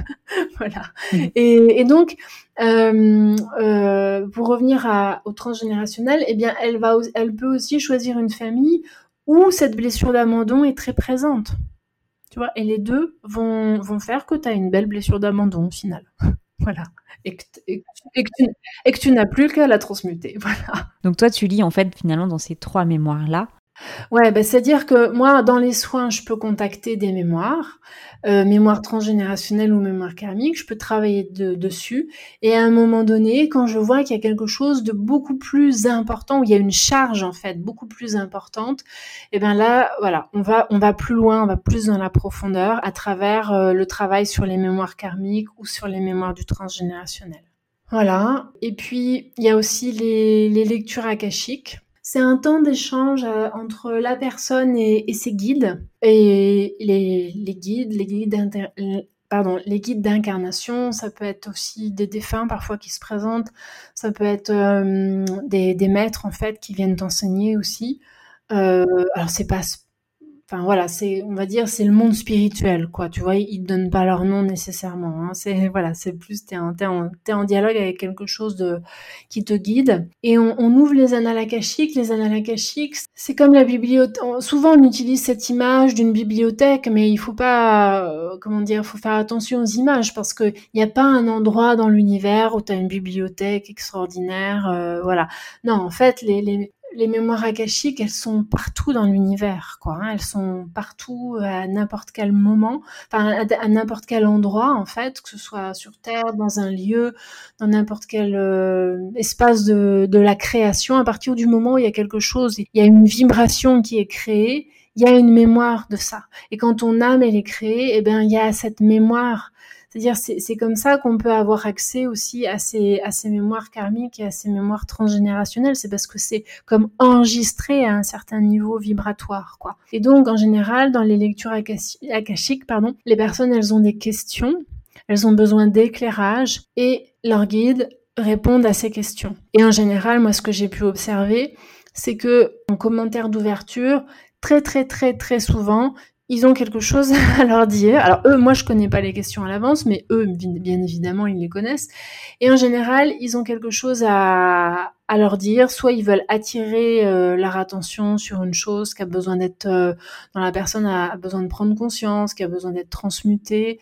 Voilà. Mmh. Et, et donc, euh, euh, pour revenir à, au transgénérationnel, eh bien, elle va, elle peut aussi choisir une famille où cette blessure d'abandon est très présente. Tu vois, et les deux vont, vont faire que tu as une belle blessure d'abandon au final. Voilà. Et que, et, et que tu, et que tu n'as plus qu'à la transmuter. Voilà. Donc toi, tu lis en fait finalement dans ces trois mémoires-là. Ouais, bah, c'est-à-dire que moi, dans les soins, je peux contacter des mémoires, euh, mémoires transgénérationnelles ou mémoires karmiques, je peux travailler de, dessus. Et à un moment donné, quand je vois qu'il y a quelque chose de beaucoup plus important, où il y a une charge en fait beaucoup plus importante, et ben là, voilà, on va, on va plus loin, on va plus dans la profondeur à travers euh, le travail sur les mémoires karmiques ou sur les mémoires du transgénérationnel. Voilà. Et puis, il y a aussi les, les lectures akashiques. C'est un temps d'échange euh, entre la personne et, et ses guides. Et les, les guides, les guides d'inter... Pardon, les guides d'incarnation, ça peut être aussi des défunts parfois qui se présentent. Ça peut être euh, des, des maîtres en fait qui viennent t'enseigner aussi. Euh, alors c'est pas Enfin voilà, c'est, on va dire, c'est le monde spirituel, quoi. Tu vois, ils te donnent pas leur nom nécessairement. Hein. C'est voilà, c'est plus t'es en, t'es en, t'es en dialogue avec quelque chose de qui te guide. Et on, on ouvre les annales akashiques. Les annales akashiques, c'est comme la bibliothèque. Souvent, on utilise cette image d'une bibliothèque, mais il faut pas, euh, comment dire, faut faire attention aux images parce que il n'y a pas un endroit dans l'univers où tu as une bibliothèque extraordinaire. Euh, voilà. Non, en fait, les, les les mémoires akashiques, elles sont partout dans l'univers, quoi. Hein. Elles sont partout à n'importe quel moment, enfin à, à n'importe quel endroit, en fait, que ce soit sur Terre, dans un lieu, dans n'importe quel euh, espace de, de la création. À partir du moment où il y a quelque chose, il y a une vibration qui est créée, il y a une mémoire de ça. Et quand ton âme elle est créée, eh ben il y a cette mémoire. C'est-à-dire, c'est, c'est comme ça qu'on peut avoir accès aussi à ces, à ces mémoires karmiques et à ces mémoires transgénérationnelles. C'est parce que c'est comme enregistré à un certain niveau vibratoire, quoi. Et donc, en général, dans les lectures akashiques, pardon, les personnes, elles ont des questions, elles ont besoin d'éclairage et leurs guides répondent à ces questions. Et en général, moi, ce que j'ai pu observer, c'est que en commentaire d'ouverture, très, très, très, très souvent, ils ont quelque chose à leur dire. Alors eux, moi je connais pas les questions à l'avance, mais eux, bien évidemment, ils les connaissent. Et en général, ils ont quelque chose à, à leur dire. Soit ils veulent attirer euh, leur attention sur une chose qui a besoin d'être, euh, dont la personne a, a besoin de prendre conscience, qui a besoin d'être transmutée.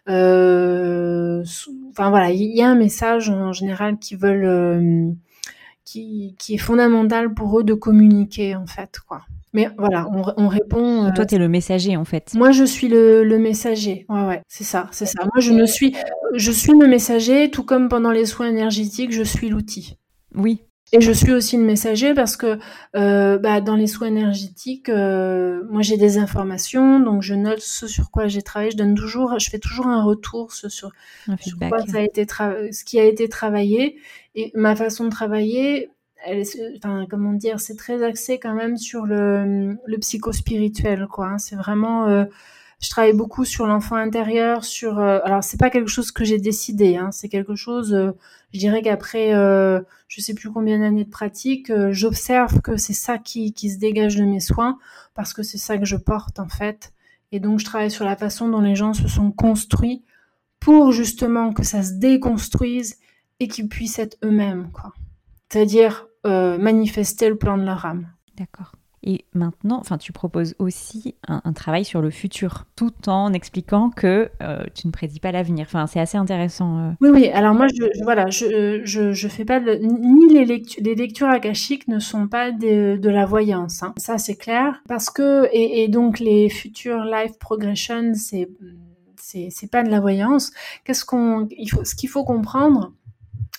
Euh, enfin voilà, il y a un message en général qu'ils veulent, euh, qui, qui est fondamental pour eux de communiquer en fait, quoi. Mais voilà, on, on répond. Euh, Toi, t'es le messager en fait. Moi, je suis le, le messager. Ouais, ouais, c'est ça, c'est ça. Moi, je ne suis, je suis le messager, tout comme pendant les soins énergétiques, je suis l'outil. Oui. Et je suis aussi le messager parce que euh, bah, dans les soins énergétiques, euh, moi j'ai des informations, donc je note ce sur quoi j'ai travaillé. Je donne toujours, je fais toujours un retour ce sur, sur quoi ça a été tra- ce qui a été travaillé. Et ma façon de travailler, elle, enfin comment dire, c'est très axé quand même sur le, le psychospirituel, quoi. Hein. C'est vraiment euh, je travaille beaucoup sur l'enfant intérieur, sur euh, alors c'est pas quelque chose que j'ai décidé, hein, c'est quelque chose, euh, je dirais qu'après euh, je sais plus combien d'années de pratique, euh, j'observe que c'est ça qui qui se dégage de mes soins parce que c'est ça que je porte en fait, et donc je travaille sur la façon dont les gens se sont construits pour justement que ça se déconstruise et qu'ils puissent être eux-mêmes, quoi. C'est-à-dire euh, manifester le plan de leur âme. D'accord. Et maintenant, enfin, tu proposes aussi un, un travail sur le futur, tout en expliquant que euh, tu ne prédis pas l'avenir. Enfin, c'est assez intéressant. Euh. Oui, oui. Alors moi, je, je voilà, je, je, je fais pas de, ni les lectures, les lectures akashiques ne sont pas de, de la voyance. Hein. Ça, c'est clair. Parce que et, et donc les futures life progression, c'est c'est c'est pas de la voyance. Qu'est-ce qu'on, il faut, ce qu'il faut comprendre.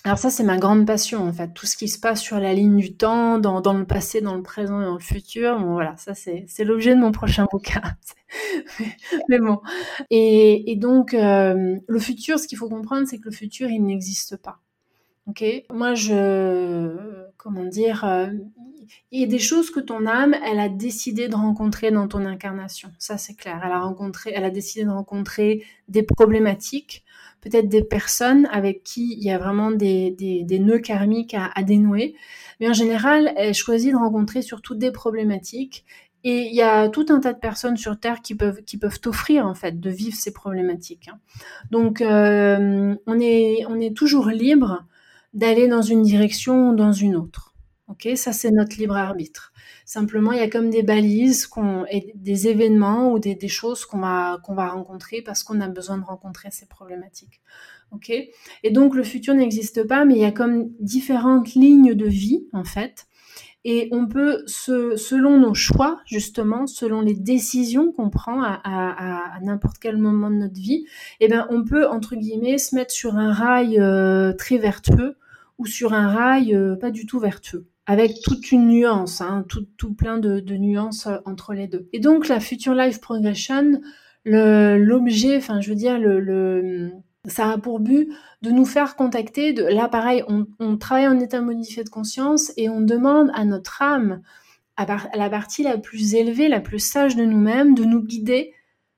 Alors ça, c'est ma grande passion, en fait. Tout ce qui se passe sur la ligne du temps, dans, dans le passé, dans le présent et dans le futur. Bon, voilà, ça, c'est, c'est l'objet de mon prochain bouquin. mais, mais bon. Et, et donc, euh, le futur, ce qu'il faut comprendre, c'est que le futur, il n'existe pas. Ok ? Moi, je... Comment dire euh, il y a des choses que ton âme, elle a décidé de rencontrer dans ton incarnation. Ça, c'est clair. Elle a rencontré, elle a décidé de rencontrer des problématiques, peut-être des personnes avec qui il y a vraiment des, des, des nœuds karmiques à, à dénouer. Mais en général, elle choisit de rencontrer surtout des problématiques. Et il y a tout un tas de personnes sur Terre qui peuvent, qui peuvent t'offrir, en fait, de vivre ces problématiques. Donc, euh, on est, on est toujours libre d'aller dans une direction ou dans une autre. Ok, ça c'est notre libre arbitre. Simplement, il y a comme des balises, qu'on, et des événements ou des, des choses qu'on va, qu'on va rencontrer parce qu'on a besoin de rencontrer ces problématiques. Ok, et donc le futur n'existe pas, mais il y a comme différentes lignes de vie en fait. Et on peut, se, selon nos choix, justement, selon les décisions qu'on prend à, à, à n'importe quel moment de notre vie, eh ben, on peut, entre guillemets, se mettre sur un rail euh, très vertueux ou sur un rail euh, pas du tout vertueux, avec toute une nuance, hein, tout, tout plein de, de nuances euh, entre les deux. Et donc, la Future Life Progression, le, l'objet, enfin, je veux dire, le... le ça a pour but de nous faire contacter. De, là, pareil, on, on travaille en état modifié de conscience et on demande à notre âme, à, par, à la partie la plus élevée, la plus sage de nous-mêmes, de nous guider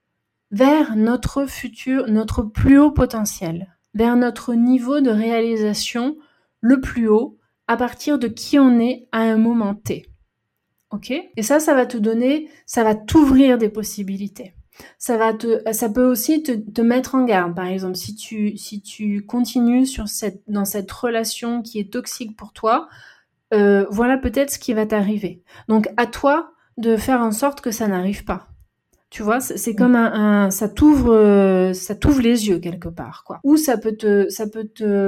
vers notre futur, notre plus haut potentiel, vers notre niveau de réalisation le plus haut, à partir de qui on est à un moment T. Ok ? Et ça, ça va te donner, ça va t'ouvrir des possibilités. Ça va te, ça peut aussi te, te mettre en garde. Par exemple, si tu, si tu continues sur cette, dans cette relation qui est toxique pour toi, euh, voilà peut-être ce qui va t'arriver. Donc, à toi de faire en sorte que ça n'arrive pas. Tu vois, c'est, c'est comme un, un ça t'ouvre, euh, ça t'ouvre les yeux quelque part, quoi. Ou ça peut te, ça peut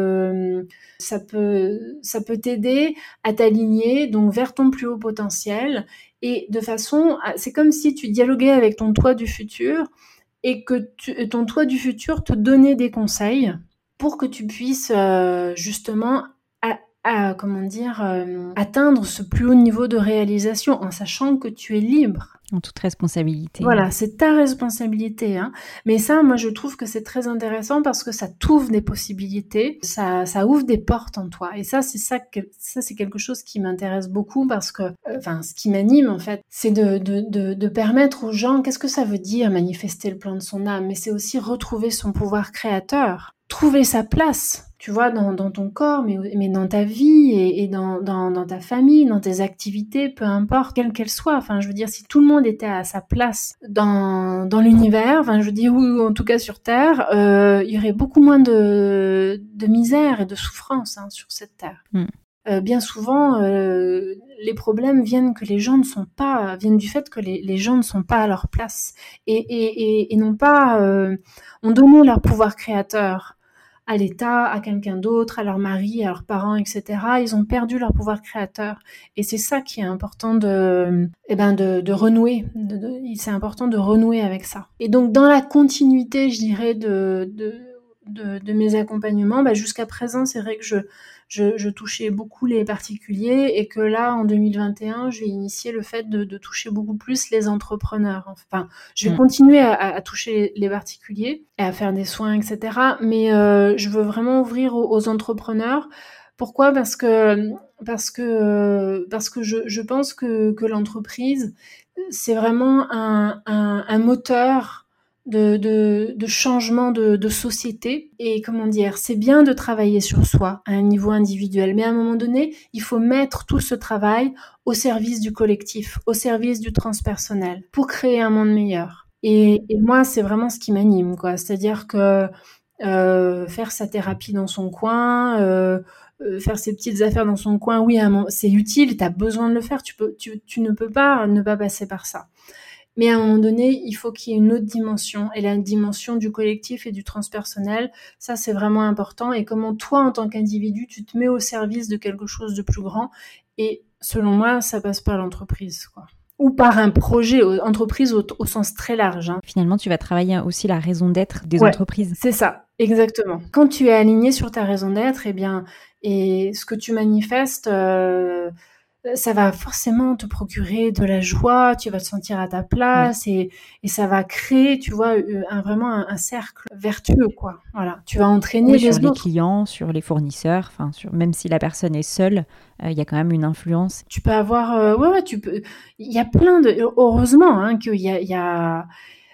te, ça peut, ça peut t'aider à t'aligner donc vers ton plus haut potentiel. Et de façon, c'est comme si tu dialoguais avec ton toi du futur et que tu, ton toi du futur te donnait des conseils pour que tu puisses euh, justement à, à, comment dire, euh, atteindre ce plus haut niveau de réalisation en sachant que tu es libre. En toute responsabilité. Voilà, c'est ta responsabilité. Hein. Mais ça, moi, je trouve que c'est très intéressant parce que ça t'ouvre des possibilités, ça, ça ouvre des portes en toi. Et ça, c'est ça, que, ça, c'est quelque chose qui m'intéresse beaucoup parce que, euh, enfin, ce qui m'anime en fait, c'est de, de, de, de permettre aux gens, qu'est-ce que ça veut dire manifester le plan de son âme ? Mais c'est aussi retrouver son pouvoir créateur, trouver sa place. Tu vois, dans, dans ton corps, mais, mais dans ta vie et, et dans, dans, dans ta famille, dans tes activités, peu importe, quelles qu'elles soient. Enfin, je veux dire, si tout le monde était à sa place dans, dans l'univers, enfin, je veux dire, ou en tout cas sur Terre, euh, il y aurait beaucoup moins de, de misère et de souffrance hein, sur cette Terre. Mm. Euh, bien souvent, euh, les problèmes viennent que les gens ne sont pas, viennent du fait que les, les gens ne sont pas à leur place et, et, et, et n'ont pas, euh, ont donné leur pouvoir créateur à l'État, à quelqu'un d'autre, à leur mari, à leurs parents, et cetera. Ils ont perdu leur pouvoir créateur. Et c'est ça qui est important de, eh ben de, de renouer. De, de, c'est important de renouer avec ça. Et donc, dans la continuité, je dirais, de, de, de, de mes accompagnements, bah, jusqu'à présent, c'est vrai que je, je, je touchais beaucoup les particuliers et que là, en deux mille vingt et un, j'ai initié le fait de, de toucher beaucoup plus les entrepreneurs. Enfin, je vais mmh. continuer à, à toucher les particuliers et à faire des soins, et cetera. Mais euh, je veux vraiment ouvrir aux, aux entrepreneurs. Pourquoi ? Parce que parce que parce que je, je pense que que l'entreprise, c'est vraiment un, un, un moteur de, de, de changement de, de société. Et comment dire, c'est bien de travailler sur soi à un niveau individuel, mais à un moment donné, il faut mettre tout ce travail au service du collectif, au service du transpersonnel, pour créer un monde meilleur. Et, et moi, c'est vraiment ce qui m'anime, quoi. C'est-à-dire que euh, faire sa thérapie dans son coin, euh, euh, faire ses petites affaires dans son coin, oui, c'est utile, tu as besoin de le faire, tu, peux, tu, tu ne peux pas ne pas passer par ça. Mais à un moment donné, il faut qu'il y ait une autre dimension, et la dimension du collectif et du transpersonnel, ça c'est vraiment important, et comment toi, en tant qu'individu, tu te mets au service de quelque chose de plus grand, et selon moi, ça passe par l'entreprise, quoi. Ou par un projet, entreprise au, au sens très large. Hein. Finalement, tu vas travailler aussi la raison d'être des ouais, entreprises. C'est ça, exactement. Quand tu es aligné sur ta raison d'être, eh bien, et ce que tu manifestes, euh, ça va forcément te procurer de la joie, tu vas te sentir à ta place, oui. et, et ça va créer, tu vois, un, vraiment un, un cercle vertueux, quoi. Voilà, tu vas entraîner oui, les sur autres. les clients, sur les fournisseurs, enfin, sur, même si la personne est seule, il euh, y a quand même une influence. Tu peux avoir, euh, ouais, ouais, tu peux. Il y a plein de, heureusement, hein, qu'il y a, il y a.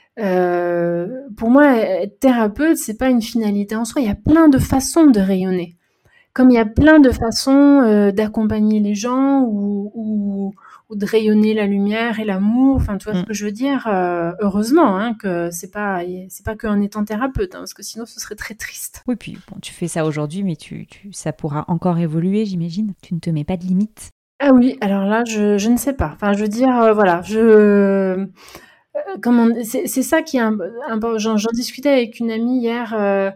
Euh, pour moi, être thérapeute, c'est pas une finalité en soi. Il y a plein de façons de rayonner. Comme il y a plein de façons euh, d'accompagner les gens ou, ou, ou de rayonner la lumière et l'amour. Enfin, tu vois mm. ce que je veux dire. Euh, heureusement hein, que c'est pas c'est pas qu'en étant thérapeute, hein, parce que sinon ce serait très triste. Oui, puis bon, tu fais ça aujourd'hui, mais tu, tu ça pourra encore évoluer, j'imagine. Tu ne te mets pas de limite. Ah oui, alors là, je je ne sais pas. Enfin, je veux dire, euh, voilà, je euh, comment c'est c'est ça qui est un, un j'en, j'en discutais avec une amie hier. Euh,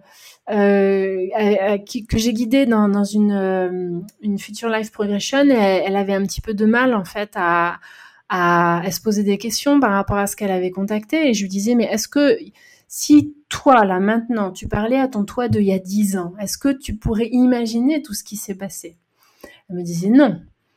Euh, à, à, qui, que j'ai guidée dans, dans une, euh, une Future Life Progression, et elle, elle avait un petit peu de mal en fait à, à, à se poser des questions par rapport à ce qu'elle avait contacté, et je lui disais mais est-ce que si toi là maintenant tu parlais à ton toi d'il y a dix ans, est-ce que tu pourrais imaginer tout ce qui s'est passé? Elle me disait non.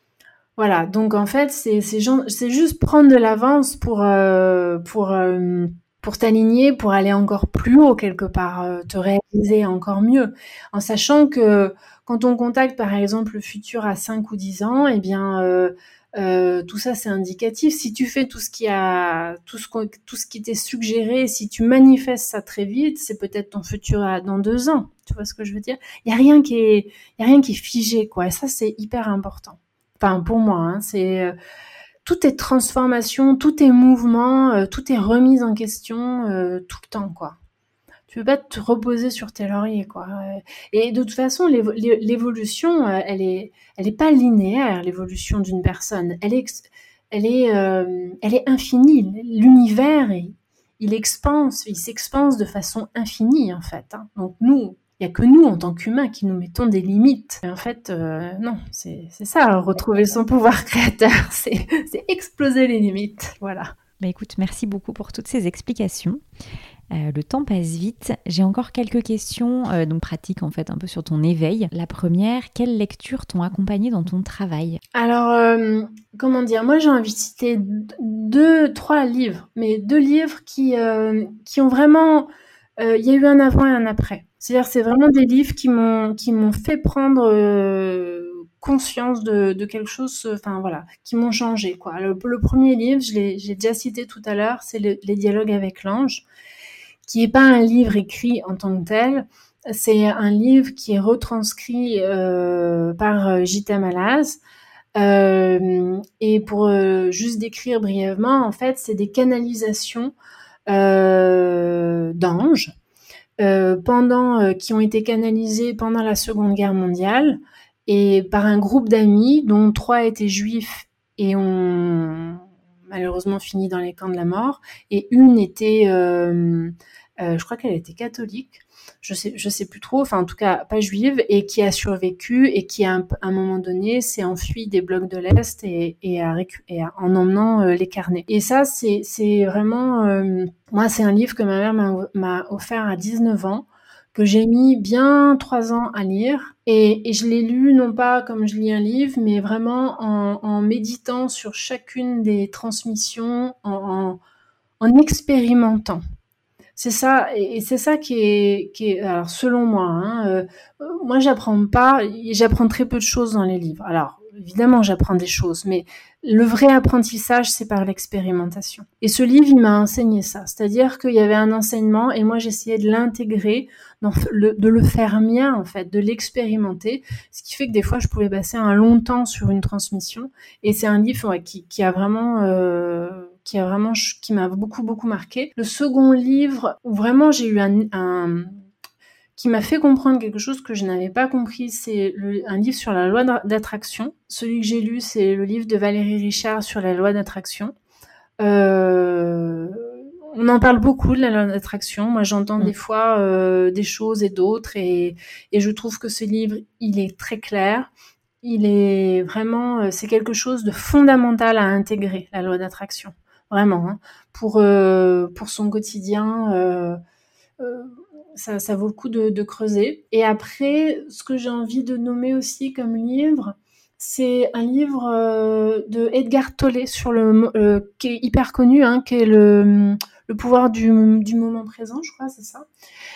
Voilà, donc en fait c'est, c'est, c'est juste prendre de l'avance pour, euh, pour euh, pour t'aligner, pour aller encore plus haut quelque part, euh, te réaliser encore mieux, en sachant que quand on contacte par exemple le futur à cinq ou dix ans, eh bien euh, euh, tout ça c'est indicatif. Si tu fais tout ce qui a tout ce tout ce qui t'est suggéré, si tu manifestes ça très vite, c'est peut-être ton futur à, dans deux ans. Tu vois ce que je veux dire? Il y a rien qui est il y a rien qui est figé, quoi. Et ça c'est hyper important. Enfin pour moi, hein, c'est euh, tout est transformation, tout est mouvement, euh, tout est remise en question euh, tout le temps, quoi. Tu peux pas te reposer sur tes lauriers, quoi. Et de toute façon, l'évo- l'évolution, euh, elle est, elle est pas linéaire, l'évolution d'une personne. Elle est, elle est, euh, elle est infinie. L'univers, il, il expanse, il s'expanse de façon infinie, en fait. Hein. Donc nous, il n'y a que nous, en tant qu'humains, qui nous mettons des limites. Et en fait, euh, non, c'est, c'est ça, retrouver son pouvoir créateur, c'est, c'est exploser les limites. Voilà. Bah écoute, merci beaucoup pour toutes ces explications. Euh, le temps passe vite. J'ai encore quelques questions, euh, donc pratiques en fait, un peu sur ton éveil. La première, quelles lectures t'ont accompagné dans ton travail? Alors, euh, comment dire, moi j'ai envie de citer deux, trois livres, mais deux livres qui, euh, qui ont vraiment... Il euh, y a eu un avant et un après. C'est-à-dire c'est vraiment des livres qui m'ont, qui m'ont fait prendre euh, conscience de, de quelque chose, enfin voilà, qui m'ont changé, quoi. Le, le premier livre, je l'ai, j'ai déjà cité tout à l'heure, c'est le, Les dialogues avec l'ange, qui n'est pas un livre écrit en tant que tel, c'est un livre qui est retranscrit euh, par Gita Malaz. Euh, et pour euh, juste décrire brièvement, en fait, c'est des canalisations euh, d'anges euh, pendant euh, qui ont été canalisées pendant la Seconde Guerre mondiale et par un groupe d'amis dont trois étaient juifs et ont malheureusement fini dans les camps de la mort, et une était euh, euh, je crois qu'elle était catholique, je sais, je sais plus trop, enfin en tout cas pas juive, et qui a survécu et qui à un, à un moment donné s'est enfuie des blocs de l'Est et, et, a, et a, en emmenant euh, les carnets. Et ça c'est, c'est vraiment, euh, moi c'est un livre que ma mère m'a, m'a offert à dix-neuf ans, que j'ai mis bien trois ans à lire, et, et je l'ai lu non pas comme je lis un livre, mais vraiment en, en méditant sur chacune des transmissions, en, en, en expérimentant. C'est ça, et c'est ça qui est, qui est alors selon moi, hein, euh, moi j'apprends pas, j'apprends très peu de choses dans les livres. Alors évidemment j'apprends des choses, mais le vrai apprentissage c'est par l'expérimentation. Et ce livre il m'a enseigné ça, c'est-à-dire qu'il y avait un enseignement et moi j'essayais de l'intégrer, de le faire mien en fait, de l'expérimenter, ce qui fait que des fois je pouvais passer un long temps sur une transmission. Et c'est un livre ouais, qui, qui a vraiment euh, qui a vraiment, qui m'a beaucoup, beaucoup marqué. Le second livre où vraiment j'ai eu un, un qui m'a fait comprendre quelque chose que je n'avais pas compris, c'est le, un livre sur la loi d'attraction. Celui que j'ai lu, c'est le livre de Valérie Richard sur la loi d'attraction. Euh, on en parle beaucoup de la loi d'attraction. Moi, j'entends mmh. des fois euh, des choses et d'autres, et, et je trouve que ce livre, il est très clair. Il est vraiment, c'est quelque chose de fondamental à intégrer, la loi d'attraction. Vraiment, hein, pour euh, pour son quotidien. Euh, euh, ça, ça vaut le coup de, de creuser. Et après, ce que j'ai envie de nommer aussi comme livre, c'est un livre euh, de Edgar Tolle sur le euh, qui est hyper connu, hein, qui est le le pouvoir du, du moment présent, je crois, c'est ça.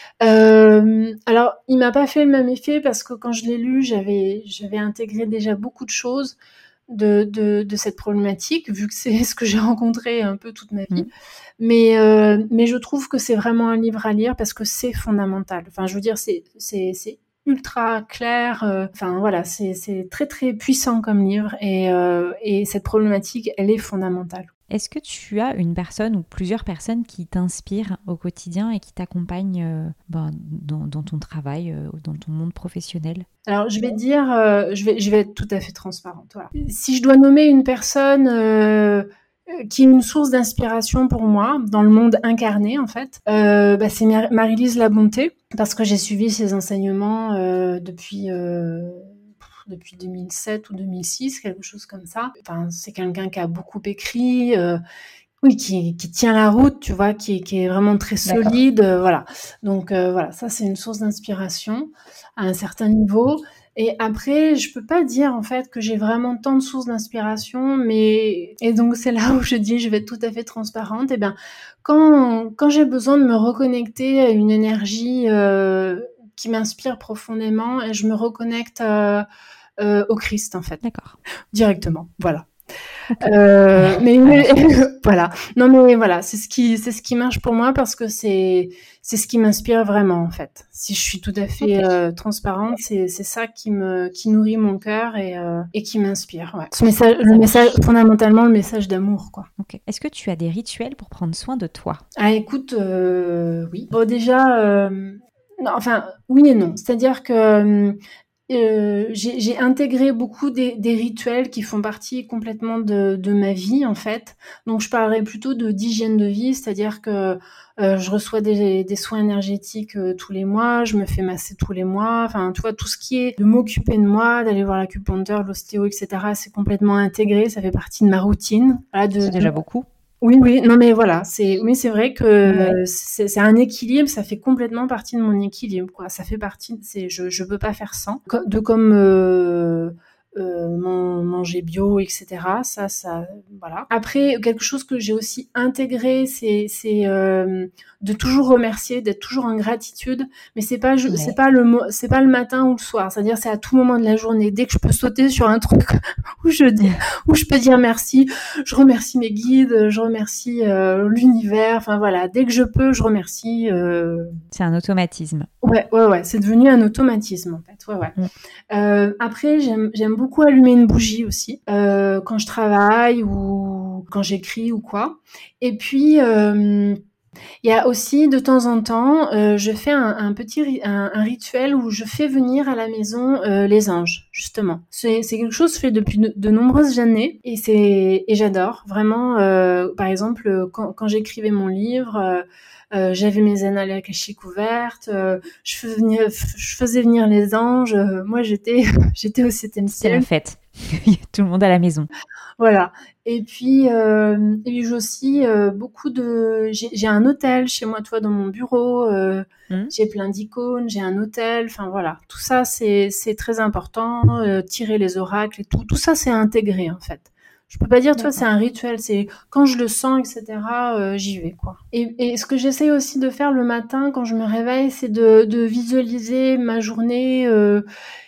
Euh, alors, il m'a pas fait le même effet parce que quand je l'ai lu, j'avais j'avais intégré déjà beaucoup de choses de de, de cette problématique, vu que c'est ce que j'ai rencontré un peu toute ma vie. Mmh. Mais euh, mais je trouve que c'est vraiment un livre à lire parce que c'est fondamental. Enfin, je veux dire, c'est c'est c'est ultra clair. Euh, enfin voilà, c'est c'est très très puissant comme livre et euh, et cette problématique, elle est fondamentale. Est-ce que tu as une personne ou plusieurs personnes qui t'inspirent au quotidien et qui t'accompagnent euh, ben, dans, dans ton travail, euh, dans ton monde professionnel ? Alors, je vais dire, euh, je vais, je vais être tout à fait transparente. Voilà. Si je dois nommer une personne euh, qui est une source d'inspiration pour moi dans le monde incarné, en fait, euh, bah, c'est Marie-Lise Labonté, parce que j'ai suivi ses enseignements euh, depuis... Euh, depuis deux mille sept ou deux mille six, quelque chose comme ça. Enfin, c'est quelqu'un qui a beaucoup écrit, euh, oui, qui, qui tient la route, tu vois, qui, qui est vraiment très solide, euh, voilà. Donc euh, voilà, ça c'est une source d'inspiration à un certain niveau. Et après, je peux pas dire en fait que j'ai vraiment tant de sources d'inspiration, mais et donc c'est là où je dis, je vais être tout à fait transparente. Et bien, quand quand j'ai besoin de me reconnecter à une énergie euh, qui m'inspire profondément, et je me reconnecte euh, euh, au Christ en fait. D'accord. Directement, voilà. Okay. Euh, mais, mais voilà. Non mais voilà, c'est ce qui c'est ce qui marche pour moi parce que c'est c'est ce qui m'inspire vraiment en fait. Si je suis tout à fait okay. euh, transparente, c'est c'est ça qui me qui nourrit mon cœur et euh, et qui m'inspire. Ouais. Ce message, le message fondamentalement le message d'amour quoi. Okay. Est-ce que tu as des rituels pour prendre soin de toi ? Ah écoute, euh, oui. Bon déjà, euh, non, enfin oui et non. C'est-à-dire que Euh, j'ai, j'ai intégré beaucoup des, des rituels qui font partie complètement de, de ma vie en fait. Donc je parlerai plutôt de d'hygiène de vie, c'est-à-dire que euh, je reçois des, des soins énergétiques euh, tous les mois, je me fais masser tous les mois. Enfin, tu vois, tout ce qui est de m'occuper de moi, d'aller voir l'acupuncteur, l'ostéo, et cetera. C'est complètement intégré, ça fait partie de ma routine. Voilà, de, c'est déjà de... beaucoup. Oui, oui, non mais voilà, c'est, oui, c'est vrai que ouais. c'est, c'est un équilibre, ça fait complètement partie de mon équilibre, quoi. Ça fait partie, c'est, je, je peux pas faire sans. De comme euh, euh, manger bio, et cetera. Ça, ça, voilà. Après, quelque chose que j'ai aussi intégré, c'est, c'est euh, de toujours remercier, d'être toujours en gratitude. Mais c'est pas, je, ouais. c'est pas le, c'est pas le matin ou le soir. C'est-à-dire, c'est à tout moment de la journée. Dès que je peux sauter sur un truc où je dis, où je peux dire merci, je remercie mes guides, je remercie euh, l'univers. Enfin voilà, dès que je peux, je remercie. Euh... C'est un automatisme. Ouais, ouais, ouais. C'est devenu un automatisme en fait. Ouais, ouais. Mm. Euh, après, j'aime, j'aime beaucoup allumer une bougie aussi euh, quand je travaille ou quand j'écris ou quoi. Et puis euh, il y a aussi de temps en temps, euh, je fais un, un petit un, un rituel où je fais venir à la maison euh, les anges, justement. C'est, c'est quelque chose fait depuis de, de nombreuses années et c'est et j'adore vraiment. Euh, par exemple, quand, quand j'écrivais mon livre. Euh, Euh, j'avais mes annales akashiques ouvertes, euh, je, faisais venir, je faisais venir les anges. Euh, moi, j'étais, j'étais au septième ciel. C'est la fête. Il y a tout le monde à la maison. Voilà. Et puis, euh, et puis j'ai aussi euh, beaucoup de. J'ai, j'ai un hôtel chez moi, toi, dans mon bureau. Euh, mmh. J'ai plein d'icônes. J'ai un hôtel. Enfin voilà, tout ça, c'est c'est très important. Euh, tirer les oracles et tout, tout ça, c'est intégré en fait. Je peux pas dire, tu vois, c'est un rituel. C'est quand je le sens, et cetera. Euh, j'y vais, quoi. Et, et ce que j'essaie aussi de faire le matin quand je me réveille, c'est de, de visualiser ma journée euh,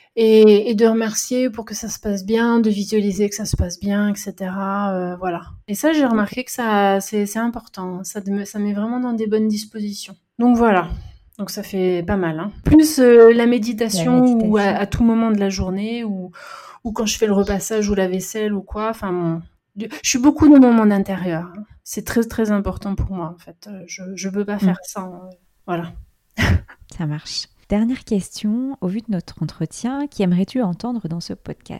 et, et de remercier pour que ça se passe bien, de visualiser que ça se passe bien, et cetera. Euh, voilà. Et ça, j'ai remarqué que ça, c'est, c'est important. Ça, ça met vraiment dans des bonnes dispositions. Donc voilà. Donc ça fait pas mal. Hein. Plus euh, la méditation, la méditation. Ou à, à tout moment de la journée ou ou quand je fais le repassage ou la vaisselle ou quoi. Enfin, mon... je suis beaucoup dans mon monde intérieur. C'est très, très important pour moi, en fait. Je ne peux pas faire mmh. sans. Euh, voilà. Ça marche. Dernière question. Au vu de notre entretien, qui aimerais-tu entendre dans ce podcast ?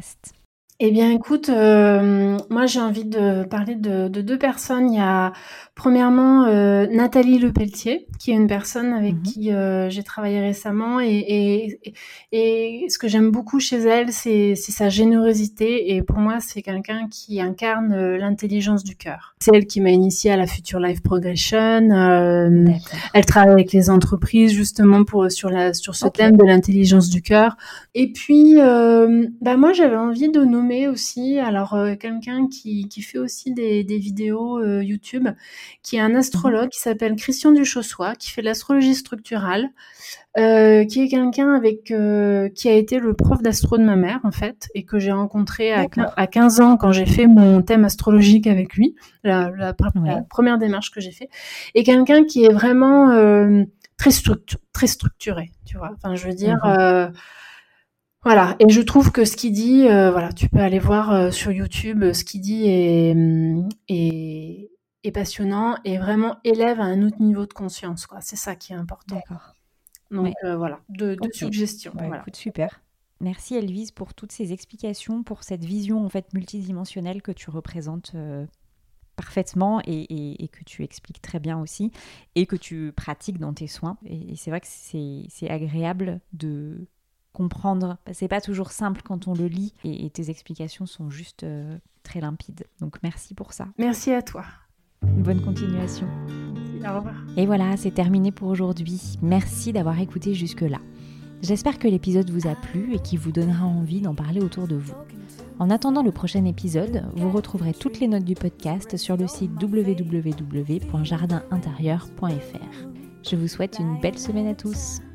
Eh bien, écoute, euh, moi j'ai envie de parler de, de deux personnes. Il y a premièrement euh, Nathalie Lepelletier, qui est une personne avec Mhm. qui euh, j'ai travaillé récemment, et, et, et, et ce que j'aime beaucoup chez elle, c'est, c'est sa générosité. Et pour moi, c'est quelqu'un qui incarne euh, l'intelligence du cœur. C'est elle qui m'a initiée à la Future Life Progression. Euh, D'accord. elle travaille avec les entreprises justement pour sur la sur ce Okay. thème de l'intelligence du cœur. Et puis, euh, bah moi, j'avais envie de nommer aussi, alors euh, quelqu'un qui, qui fait aussi des, des vidéos euh, YouTube, qui est un astrologue Mhm. qui s'appelle Christian Duchossois, qui fait de l'astrologie structurale, euh, qui est quelqu'un avec euh, qui a été le prof d'astro de ma mère en fait, et que j'ai rencontré à, D'accord. à quinze ans quand j'ai fait mon thème astrologique avec lui, la, la, Oui. la première démarche que j'ai fait, et quelqu'un qui est vraiment euh, très, structu- très structuré, tu vois. Enfin, je veux dire. Mhm. Euh, Voilà, et je trouve que ce qu'il dit, euh, voilà, tu peux aller voir euh, sur YouTube, euh, ce qu'il dit est, hum, est, est passionnant et vraiment élève à un autre niveau de conscience, quoi. C'est ça qui est important. D'accord. Donc Ouais. euh, voilà, deux, deux Ok. suggestions. Bah Voilà. écoute, super. Merci Elvise pour toutes ces explications, pour cette vision en fait multidimensionnelle que tu représentes euh, parfaitement et, et- et que tu expliques très bien aussi et que tu pratiques dans tes soins. Et, et c'est vrai que c'est, c'est agréable de comprendre. C'est pas toujours simple quand on le lit et, et tes explications sont juste euh, très limpides. Donc merci pour ça. Merci à toi. Bonne continuation. Au revoir. Et voilà, c'est terminé pour aujourd'hui. Merci d'avoir écouté jusque-là. J'espère que l'épisode vous a plu et qu'il vous donnera envie d'en parler autour de vous. En attendant le prochain épisode, vous retrouverez toutes les notes du podcast sur le site w w w point jardin intérieur point f r. Je vous souhaite une belle semaine à tous.